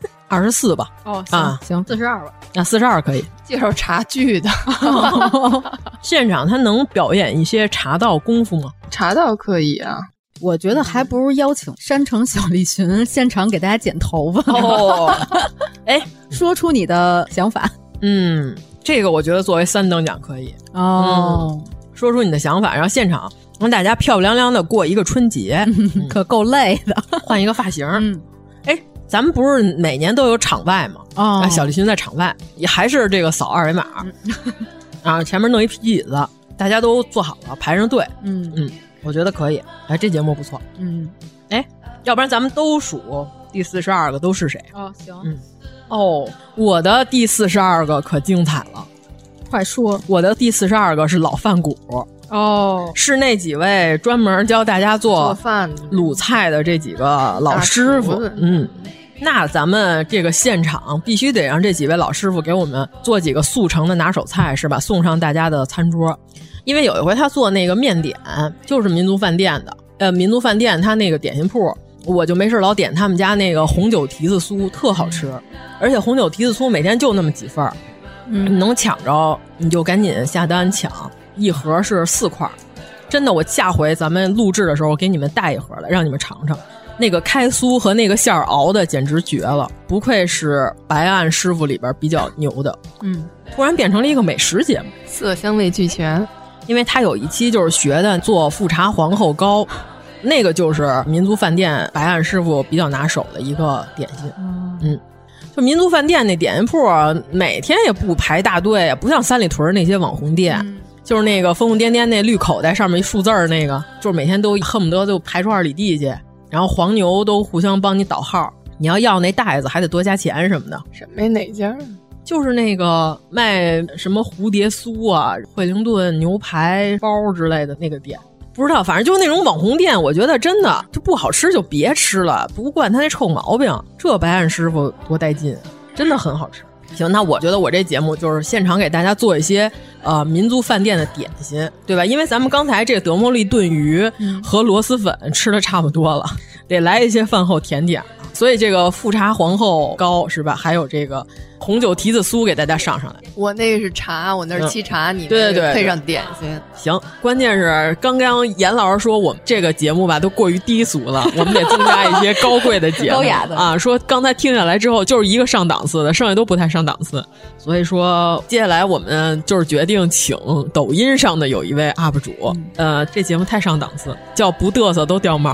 24吧。 哦， 行 ，42吧。 那42可以。 介绍茶具的， 现场他能表演一些茶道功夫吗？ 茶道可以啊。 我觉得还不如邀请山城小栗旬现场给大家剪头发。 哦，哎， 说出你的想法。 这个我觉得作为3等奖可以。说出你的想法，然后现场让大家漂漂亮亮的过一个春节， 可够累的。 换一个发型。咱们不是每年都有场外吗？小栗旬在场外也还是这个扫2维码，然后前面弄一皮椅子，大家都坐好了排上队。我觉得可以。哎，这节目不错。要不然咱们都数第42个都是谁？ 行。 我的第42个可精彩了， 快说。 我的第42个是老饭骨。是那几位专门教大家做饭卤菜的这几个老师傅。那咱们这个现场必须得让这几位老师傅给我们做几个速成的拿手菜，是吧？送上大家的餐桌。因为有一回他做那个面点，就是民族饭店的，民族饭店他那个点心铺，我就没事老点他们家那个红酒提子酥，特好吃。而且红酒提子酥每天就那么几份，你能抢着你就赶紧下单抢，一盒是4块。真的，我下回咱们录制的时候给你们带一盒来，让你们尝尝。那个开酥和那个馅儿熬的简直绝了，不愧是白案师傅里边比较牛的。突然变成了一个美食节目， 色香味俱全。 因为他有一期就是学的做富察皇后糕，那个就是民族饭店白案师傅比较拿手的一个点心。就民族饭店那点心铺每天也不排大队，不像三里屯那些网红店。就是那个疯疯癫癫那绿口袋上面一数字那个，就是每天都恨不得就排出2里地去，然后黄牛都互相帮你导号，你要那袋子还得多加钱什么的。 什么哪家？ 就是那个卖什么蝴蝶酥啊、惠灵顿牛排包之类的那个店，不知道，反正就是那种网红店，我觉得真的就不好吃就别吃了，不惯他那臭毛病。这白案师傅多带劲，真的很好吃。行，那我觉得我这节目就是现场给大家做一些民族饭店的点心，对吧？因为咱们刚才这个德莫利炖鱼和螺蛳粉吃的差不多了，得来一些饭后甜点。所以这个富察皇后糕是吧？还有这个红酒提子酥给大家上来。 我那个是茶，我那是沏茶，你对配上点心。 行，关键是刚刚严老师说我们这个节目吧都过于低俗了，我们得增加一些高贵的节目， 高雅的啊。说刚才听下来之后就是一个上档次的，剩下都不太上档次。所以说接下来我们就是决定请抖音上的有一位 UP 主，这节目太上档次，叫不嘚瑟都掉毛。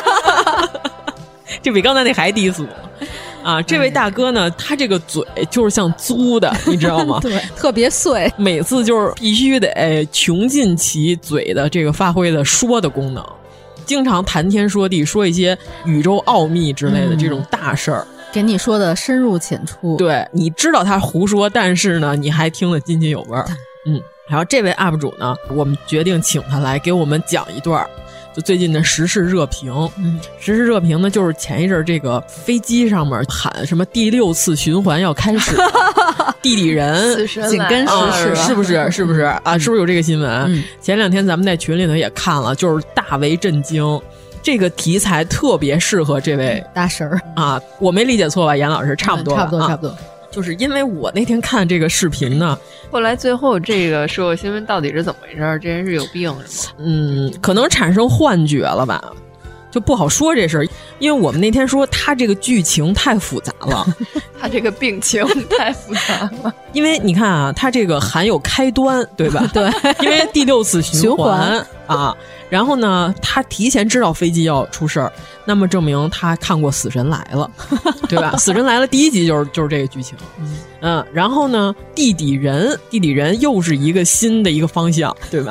这比刚才那还低俗啊！这位大哥呢，他这个嘴就是像租的，你知道吗？ 对，特别碎， 每次就是必须得穷尽其嘴的这个发挥的说的功能，经常谈天说地，说一些宇宙奥秘之类的这种大事儿， 给你说的深入浅出。 对，你知道他胡说，但是呢，你还听得津津有味儿。然后这位 UP 主呢，我们决定请他来给我们讲一段就最近的时事热评。时事热评呢，就是前一阵这个飞机上面喊什么第6次循环要开始，地底人紧跟时事， 是不是啊？是不是有这个新闻？前2天咱们在群里头也看了，就是大为震惊。这个题材特别适合这位大神儿啊！我没理解错吧，严老师？差不多， 差不多。 就是因为我那天看这个视频呢， 后来最后这个社会新闻到底是怎么回事？这人是有病是吗？ 可能产生幻觉了吧，就不好说这事儿。因为我们那天说他这个剧情太复杂了， 他这个病情太复杂了。 因为你看啊，他这个含有开端，对吧？ 对， 因为第6次循环啊。然后呢，他提前知道飞机要出事儿，那么证明他看过《死神来了》，对吧？《死神来了》第1集就是这个剧情。然后呢，地底人又是一个新的一个方向，对吧？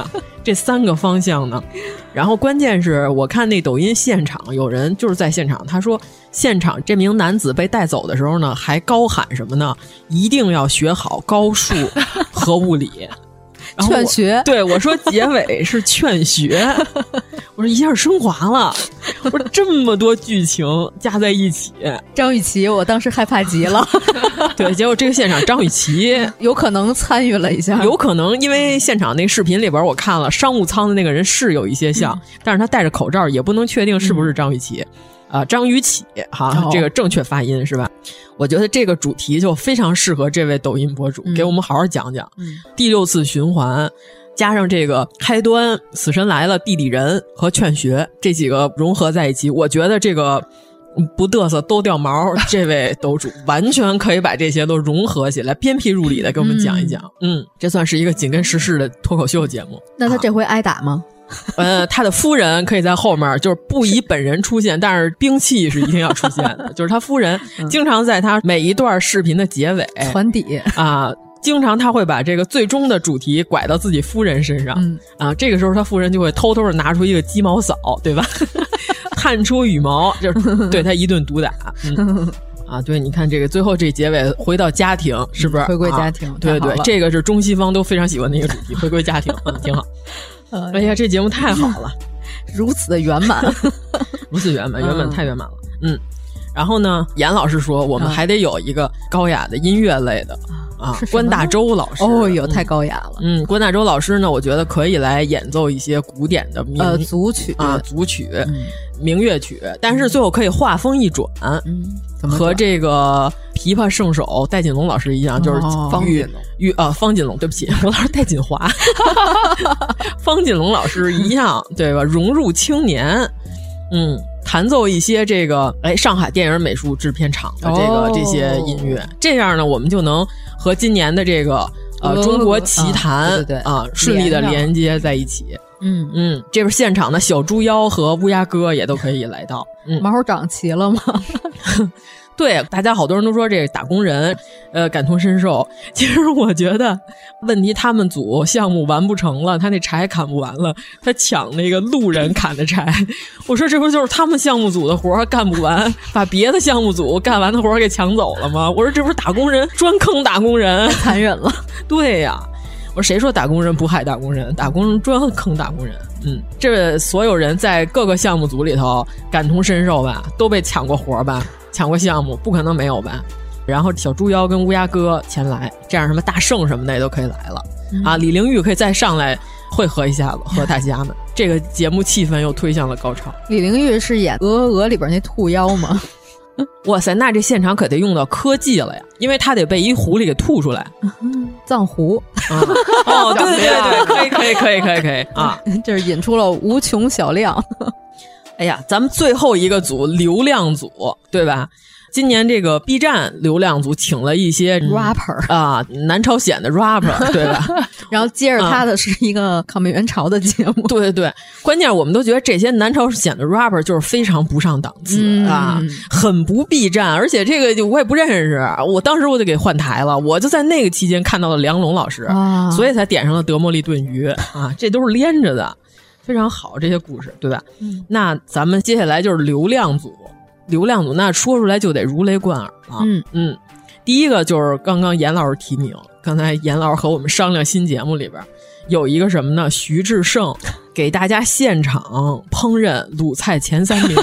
这3个方向呢？然后关键是我看那抖音现场有人就是在现场，他说现场这名男子被带走的时候呢，还高喊什么呢？一定要学好高数和物理。 劝学， 对我说结尾是劝学，我说一下升华了，我说这么多剧情加在一起， 张雨绮我当时害怕极了。 对，结果这个现场张雨绮有可能参与了一下， 有可能因为现场那个视频里边我看了商务舱的那个人是有一些像，但是他戴着口罩也不能确定是不是张雨绮。张雨绮哈，这个正确发音是吧？我觉得这个主题就非常适合这位抖音博主，给我们好好讲讲。第6次循环，加上这个开端，死神来了、地理人和劝学这几个融合在一起，我觉得这个不嘚瑟都掉毛，这位抖主完全可以把这些都融合起来，鞭辟入里的给我们讲一讲。这算是一个紧跟时事的脱口秀节目。 那他这回挨打吗？ 他的夫人可以在后面，就是不以本人出现，但是兵器是一定要出现的。就是他夫人经常在他每一段视频的结尾传底啊，经常他会把这个最终的主题拐到自己夫人身上啊。这个时候他夫人就会偷偷的拿出一个鸡毛扫，对吧？探出羽毛，就是对他一顿毒打。啊，对，你看这个最后这结尾回到家庭，是不是回归家庭？ 对对，这个是中西方都非常喜欢的一个主题，回归家庭，挺好。哎呀，这节目太好了， 如此的圆满， 如此圆满，圆满太圆满了。然后呢，严老师说我们还得有一个高雅的音乐类的关大洲老师。 哦哟，太高雅了。 关大洲老师呢，我觉得可以来演奏一些古典的组曲组曲、名乐曲，但是最后可以画风一转，和这个琵琶圣手戴锦龙老师一样，就是方锦龙，对不起，我老是戴锦华，方锦龙老师一样，对吧？融入青年，弹奏一些这个上海电影美术制片厂的这些音乐，这样呢，我们就能和今年的这个中国奇谭顺利的连接在一起。这边现场的小猪妖和乌鸦哥也都可以来到。 毛长齐了吗？ 对，大家好多人都说这个打工人感同身受。其实我觉得问题他们组项目完不成了，他那柴砍不完了，他抢那个路人砍的柴。我说这不就是他们项目组的活干不完，把别的项目组干完的活给抢走了吗？我说这不是打工人专坑打工人， 残忍了。 对呀，我说谁说打工人不害打工人？打工人专坑打工人。这所有人在各个项目组里头感同身受吧，都被抢过活吧，抢过项目，不可能没有吧。然后小猪妖跟乌鸦哥前来，这样什么大圣什么的也都可以来了。李玲玉可以再上来汇合一下子和大家们，这个节目气氛又推向了高潮。 李玲玉是演《鹅鹅鹅》里边那兔妖吗？ 哇塞，那这现场可得用到科技了呀，因为他得被一狐狸给吐出来。 藏狐哦，对对对，可以啊！ 这是引出了无穷小量。 哎呀，咱们最后一个组流量组，对吧？今年这个 B 站流量组请了一些 rapper 南朝鲜的 rapper， 对吧？ 然后接着他的是一个抗美援朝的节目。 对对对，关键我们都觉得这些南朝鲜的 rapper 就是非常不上档次很不 B 站，而且这个我也不认识，我当时我就给换台了，我就在那个期间看到了梁龙老师，所以才点上了德莫利炖鱼这都是连着的，非常好这些故事，对吧？那咱们接下来就是流量组。流量组那说出来就得如雷贯耳了。第一个就是刚刚严老师提名，刚才严老师和我们商量新节目里边有一个什么呢？徐志胜给大家现场烹饪鲁菜前3名。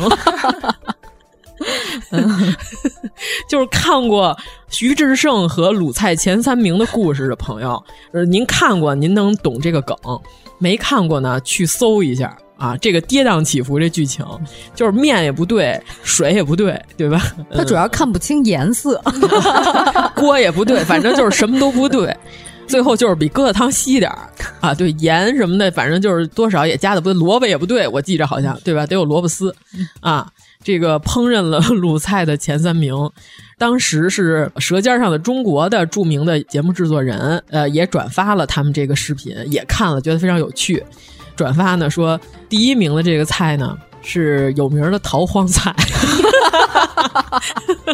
就是看过徐志胜和鲁菜前3名的故事的朋友，您看过您能懂这个梗，没看过呢去搜一下这个跌宕起伏这剧情，就是面也不对，水也不对，对吧？ 他主要看不清颜色， 锅也不对，反正就是什么都不对。最后就是比疙瘩汤稀点对，盐什么的，反正就是多少也加的不对，萝卜也不对，我记着好像对吧？得有萝卜丝这个烹饪了鲁菜的前3名。当时是《舌尖上的中国》的著名的节目制作人也转发了他们这个视频，也看了，觉得非常有趣。转发呢说第1名的这个菜呢是有名的逃荒菜。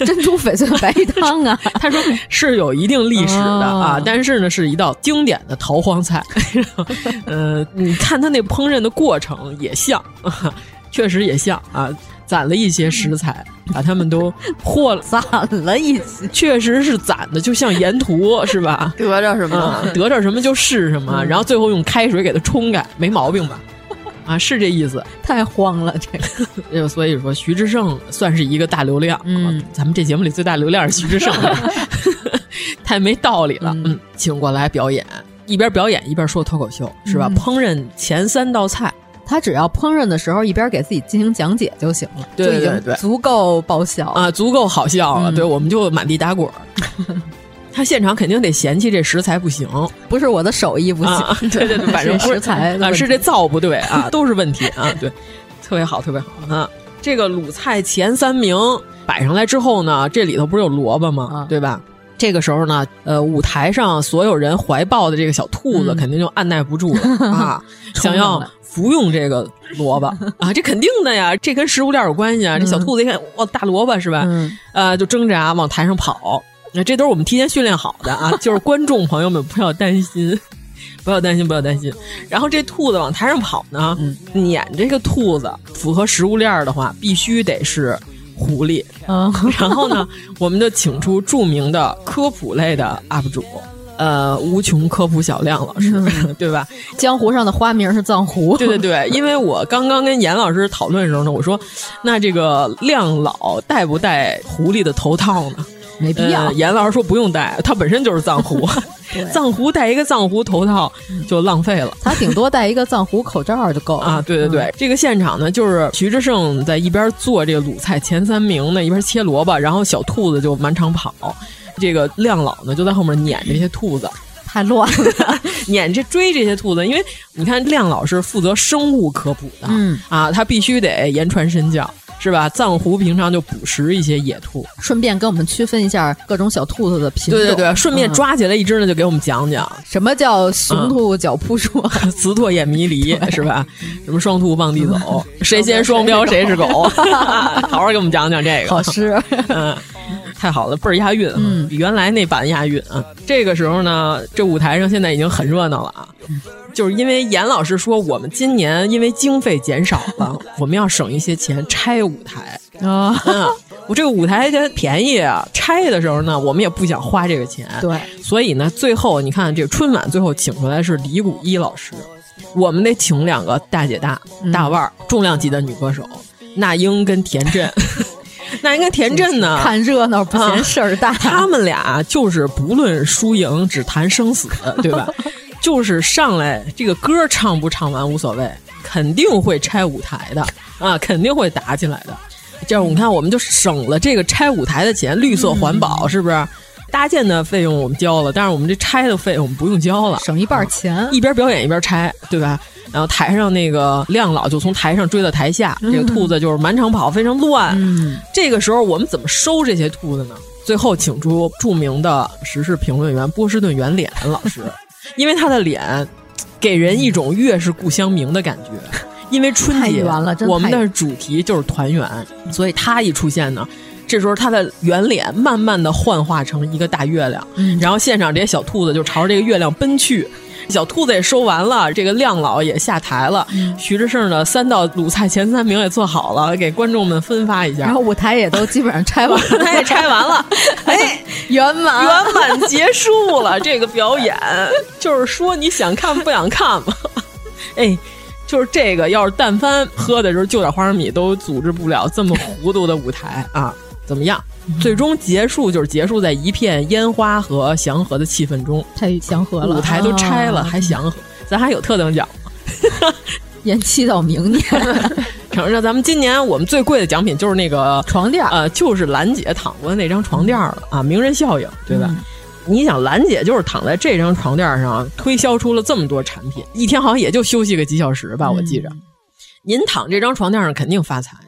珍珠翡翠白玉汤啊。 他说是有一定历史的啊，但是呢是一道经典的逃荒菜。你看他那烹饪的过程也像，确实也像啊。攒了一些食材，把它们都和了， 攒了一些， 确实是攒的，就像沿途是吧？ 得着什么， 得着什么就是什么，然后最后用开水给它冲开，没毛病吧？啊，是这意思。 太慌了，这个。所以说，徐志胜算是一个大流量。咱们这节目里最大流量是徐志胜，太没道理了。请过来表演，一边表演一边说脱口秀，是吧？烹饪前3道菜。 他只要烹饪的时候一边给自己进行讲解就行了， 对， 就已经足够爆笑啊，足够好笑了。对，我们就满地打滚。他现场肯定得嫌弃这食材不行， 不是我的手艺不行， 对，反正食材啊，是这灶不对啊，都是问题啊。对，特别好，特别好啊。这个鲁菜前3名摆上来之后呢，这里头不是有萝卜吗？对吧？这个时候呢，舞台上所有人怀抱的这个小兔子肯定就按耐不住了啊，想要服用这个萝卜啊，这肯定的呀，这跟食物链有关系啊。这小兔子一看，哇，大萝卜是吧？就挣扎往台上跑。那这都是我们提前训练好的啊，就是观众朋友们不要担心，不要担心，不要担心。然后这兔子往台上跑呢，撵这个兔子，符合食物链的话，必须得是狐狸。然后呢，我们就请出著名的科普类的 UP 主。无穷科普小亮老师，对吧？ 江湖上的花名是藏狐。 对，因为我刚刚跟严老师讨论的时候呢，我说，那这个亮老戴不戴狐狸的头套呢？ 没必要。 严老师说不用戴，他本身就是藏狐，藏狐戴一个藏狐头套就浪费了， 他顶多戴一个藏狐口罩就够了啊。对，这个现场呢，就是徐志胜在一边做这个鲁菜前3名呢，一边切萝卜，然后小兔子就满场跑。这个亮老呢就在后面撵这些兔子， 太乱了， 追这些兔子，因为你看亮老是负责生物科普的，他必须得言传身教，是吧？藏狐平常就捕食一些野兔， 顺便跟我们区分一下各种小兔子的品种。 对，顺便抓起来一只呢，就给我们讲讲什么叫雄兔脚扑朔， 雌兔眼迷离，是吧？什么双兔傍地走，谁先双标谁是狗，好好给我们讲讲这个。 好诗， 太好了，倍儿押韵啊，比原来那版押韵啊。这个时候呢，这舞台上现在已经很热闹了啊，就是因为严老师说我们今年因为经费减少了，我们要省一些钱拆舞台啊。我这个舞台便宜啊，拆的时候呢，我们也不想花这个钱， 对， 所以呢，最后你看这个春晚最后请出来是李谷一老师，我们得请2个大姐大腕儿重量级的女歌手，那英跟田震。那应该田震呢， 看热闹不嫌事儿大， 他们俩就是不论输赢，只谈生死，对吧？就是上来这个歌唱不唱完无所谓，肯定会拆舞台的啊，肯定会打起来的。这样你看，我们就省了这个拆舞台的钱，绿色环保是不是？搭建的费用我们交了，但是我们这拆的费用我们不用交了， 省一半钱， 一边表演一边拆，对吧？然后台上那个亮老就从台上追到台下，这个兔子就是满场跑，非常乱。这个时候我们怎么收这些兔子呢？最后请出著名的时事评论员波士顿圆脸老师，因为他的脸给人一种月是故乡明的感觉。因为春节我们的主题就是团圆，所以他一出现呢，这时候他的圆脸慢慢的幻化成一个大月亮，然后现场这些小兔子就朝着这个月亮奔去。小兔子也收完了，这个亮老也下台了，徐志胜的3道鲁菜前3名也做好了，给观众们分发一下， 然后舞台也都基本上拆完了， 他也拆完了，哎， 圆满结束了这个表演，就是说你想看不想看嘛，哎。就是这个，要是但凡喝的时候就点花生米都组织不了这么糊涂的舞台啊！怎么样？最终结束就是结束在一片烟花和祥和的气氛中， 太祥和了， 舞台都拆了还祥和，咱还有特等奖吗？ 延期到明年。 承认咱们今年我们最贵的奖品就是那个床垫， 就是兰姐躺过的那张床垫了啊，名人效应，对吧？你想兰姐就是躺在这张床垫上推销出了这么多产品，一天好像也就休息个几小时吧，我记着。您躺这张床垫上肯定发财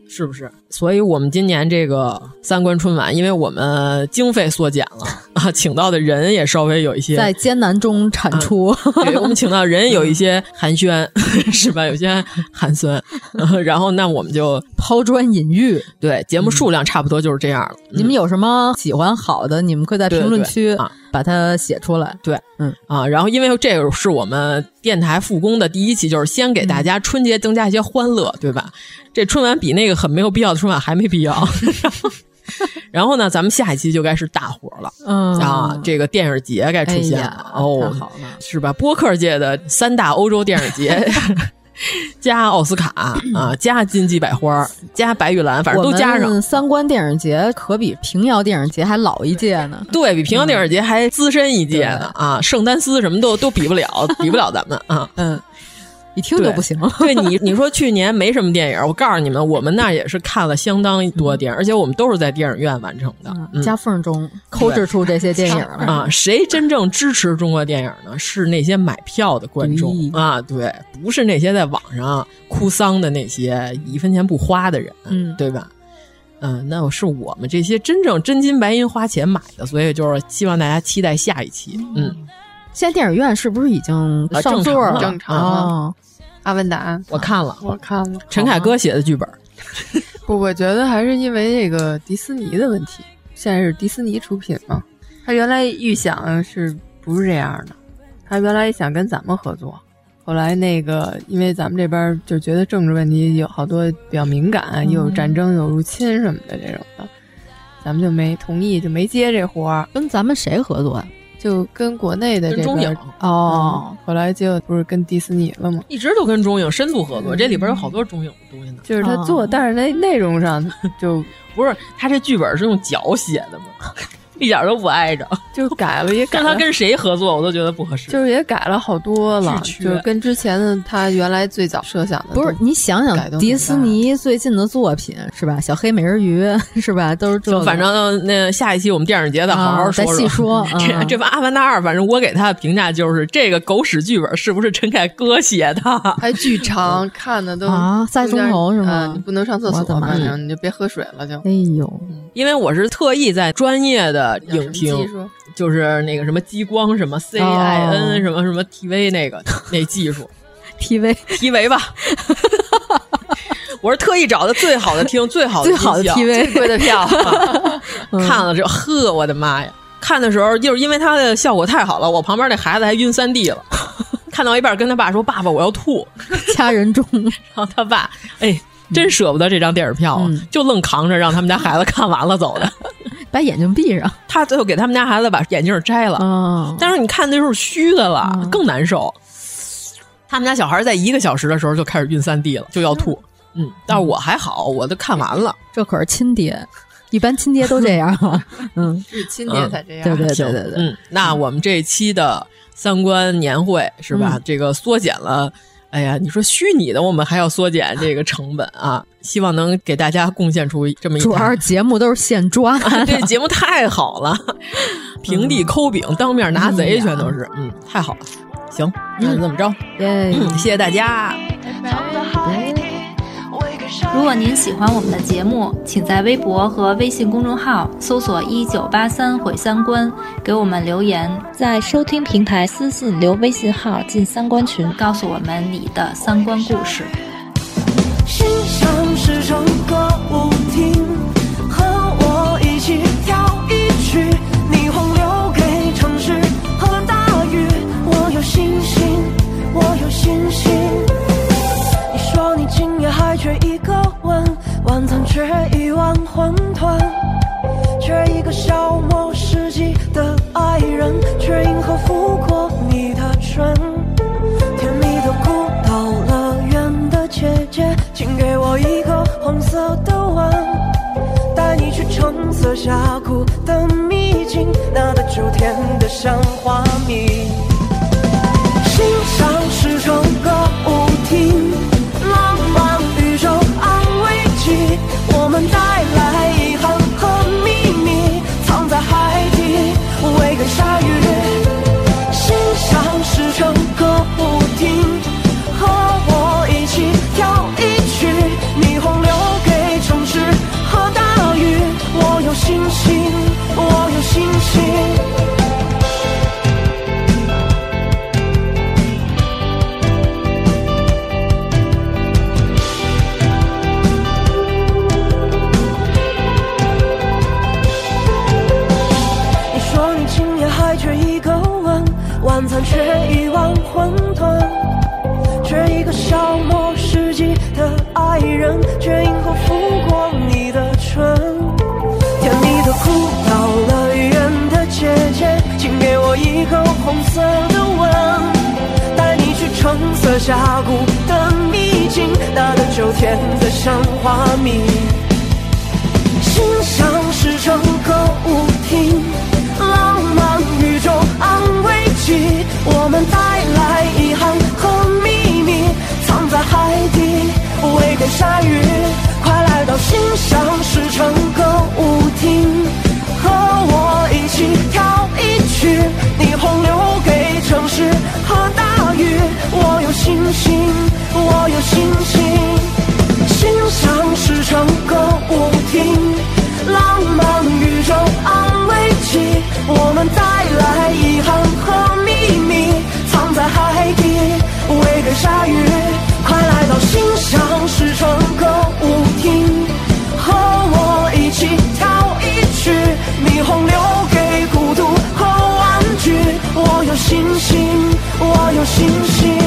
是不是？所以我们今年这个三观春晚，因为我们经费缩减了啊，请到的人也稍微有一些在艰难中产出。 对，我们请到的人有一些寒暄，是吧？有些寒酸。然后那我们就抛砖引玉。 对，节目数量差不多就是这样了。 你们有什么喜欢好的，你们可以在评论区把它写出来。 对，然后因为这个是我们电台复工的第一期，就是先给大家春节增加一些欢乐，对吧？这春晚比那个很没有必要的春晚还没必要。然后呢，咱们下一期就该是大活了，这个电影节该出现了， 太好了， 是吧？播客界的3大欧洲电影节。加奥斯卡加金鸡百花，加白玉兰，反正都加上。 三观电影节可比平遥电影节还老一届呢， 对比平遥电影节还资深一届呢啊！圣丹斯什么都比不了，比不了咱们啊。 一听就不行。 对你说去年没什么电影，我告诉你们，我们那也是看了相当多电影，而且我们都是在电影院完成的。 夹缝中抠制出这些电影来啊！谁真正支持中国电影呢？是那些买票的观众啊，对，不是那些在网上哭丧的那些1分钱不花的人，对吧？那是我们这些真正真金白银花钱买的，所以就是希望大家期待下一期。 现在电影院是不是已经上座了？ 正常了。阿凡达我看了，陈凯歌写的剧本。 不，我觉得还是因为这个迪士尼的问题。现在是迪士尼出品嘛，他原来预想是不是这样的？他原来想跟咱们合作，后来那个因为咱们这边就觉得政治问题有好多比较敏感，又有战争有入侵什么的这种的，咱们就没同意，就没接这活儿。 跟咱们谁合作呀？ 就跟国内的这中影后来就不是跟迪士尼了吗？ 一直都跟中影深度合作，这里边有好多中影的东西呢。 就是他做，但是那内容上就不是他这剧本是用脚写的吗？一点都不挨着， 就改了，也改了。 跟他跟谁合作，我都觉得不合适。 就是也改了好多了，就是跟之前的他原来最早设想的不是。你想想，迪士尼最近的作品是吧？小黑美人鱼是吧？都是这。 反正那下一期我们电影节再好好说再细说。 这把《阿凡达2》，反正我给他的评价就是这个狗屎剧本是不是陈凯歌写的？ 还巨长，看的都 3钟头是吗？ 你不能上厕所，反正你就别喝水了就。 哎呦， 因为我是特意在专业的影厅，就是那个什么激光什么 CIN 什么什么 TV 那技术TV 吧。我是特意找的最好的厅，最好的 TV 最贵的票。 看了之后，呵，我的妈呀！看的时候就是因为它的效果太好了，我旁边那孩子还晕3D 了。看到一半跟他爸说：“爸爸，我要吐。” 掐人中， 然后他爸真舍不得这张电影票，就愣扛着让他们家孩子看完了走的。 把眼睛闭上， 他最后给他们家孩子把眼镜摘了。但是你看那时候虚的了，更难受。他们家小孩在1个小时的时候就开始晕3D 了，就要吐。但是我还好，我都看完了。 这可是亲爹，一般亲爹都这样。 是亲爹才这样。 对。 那我们这一期的三观年会是吧？这个缩减了。哎呀，你说虚拟的，我们还要缩减这个成本啊！希望能给大家贡献出这么一。 主要是节目都是现抓的， 这节目太好了，平地抠饼，当面拿贼，全都是，太好了。行，那就这么着，谢谢大家， 拜拜。 如果您喜欢我们的节目，请在微博和微信公众号搜索1983毁三观，给我们留言， 在收听平台私信留微信号进三观群， 告诉我们你的三观故事。 心像是首歌舞厅，和我一起跳一曲，霓虹留给城市和大雨。我有信心，我有信心。你说你今夜还缺一个吻，晚餐缺1碗馄饨，缺一个消磨世纪的爱人，缺银河拂过你的唇。甜蜜的孤岛乐园的姐姐，请给我一个黄色的吻，带你去橙色峡谷的秘境，那的酒甜的像花蜜。心像是首歌舞厅，浪漫宇宙安慰剂，我们带来遗憾和秘密，藏在海底，喂给鲨鱼。心像是首歌舞厅，和我一起跳一曲，霓虹留给色的吻，带你去橙色峡谷的秘境，那个9天的像花蜜。心像是场歌舞厅，浪漫宇宙安慰剂，我们带来遗憾和秘密，藏在海底喂给鲨鱼。快来到心像是场歌舞厅，和我一起跳一曲，霓虹留给城市和大雨。我有信心，我有信心。心像是场歌舞厅，浪漫宇宙安慰剂，我们带来遗憾和秘密，藏在海底喂给鲨鱼。快来到心像是场歌舞厅，和我一起跳一曲，霓虹留给孤独和玩具。我有信心，我有信心。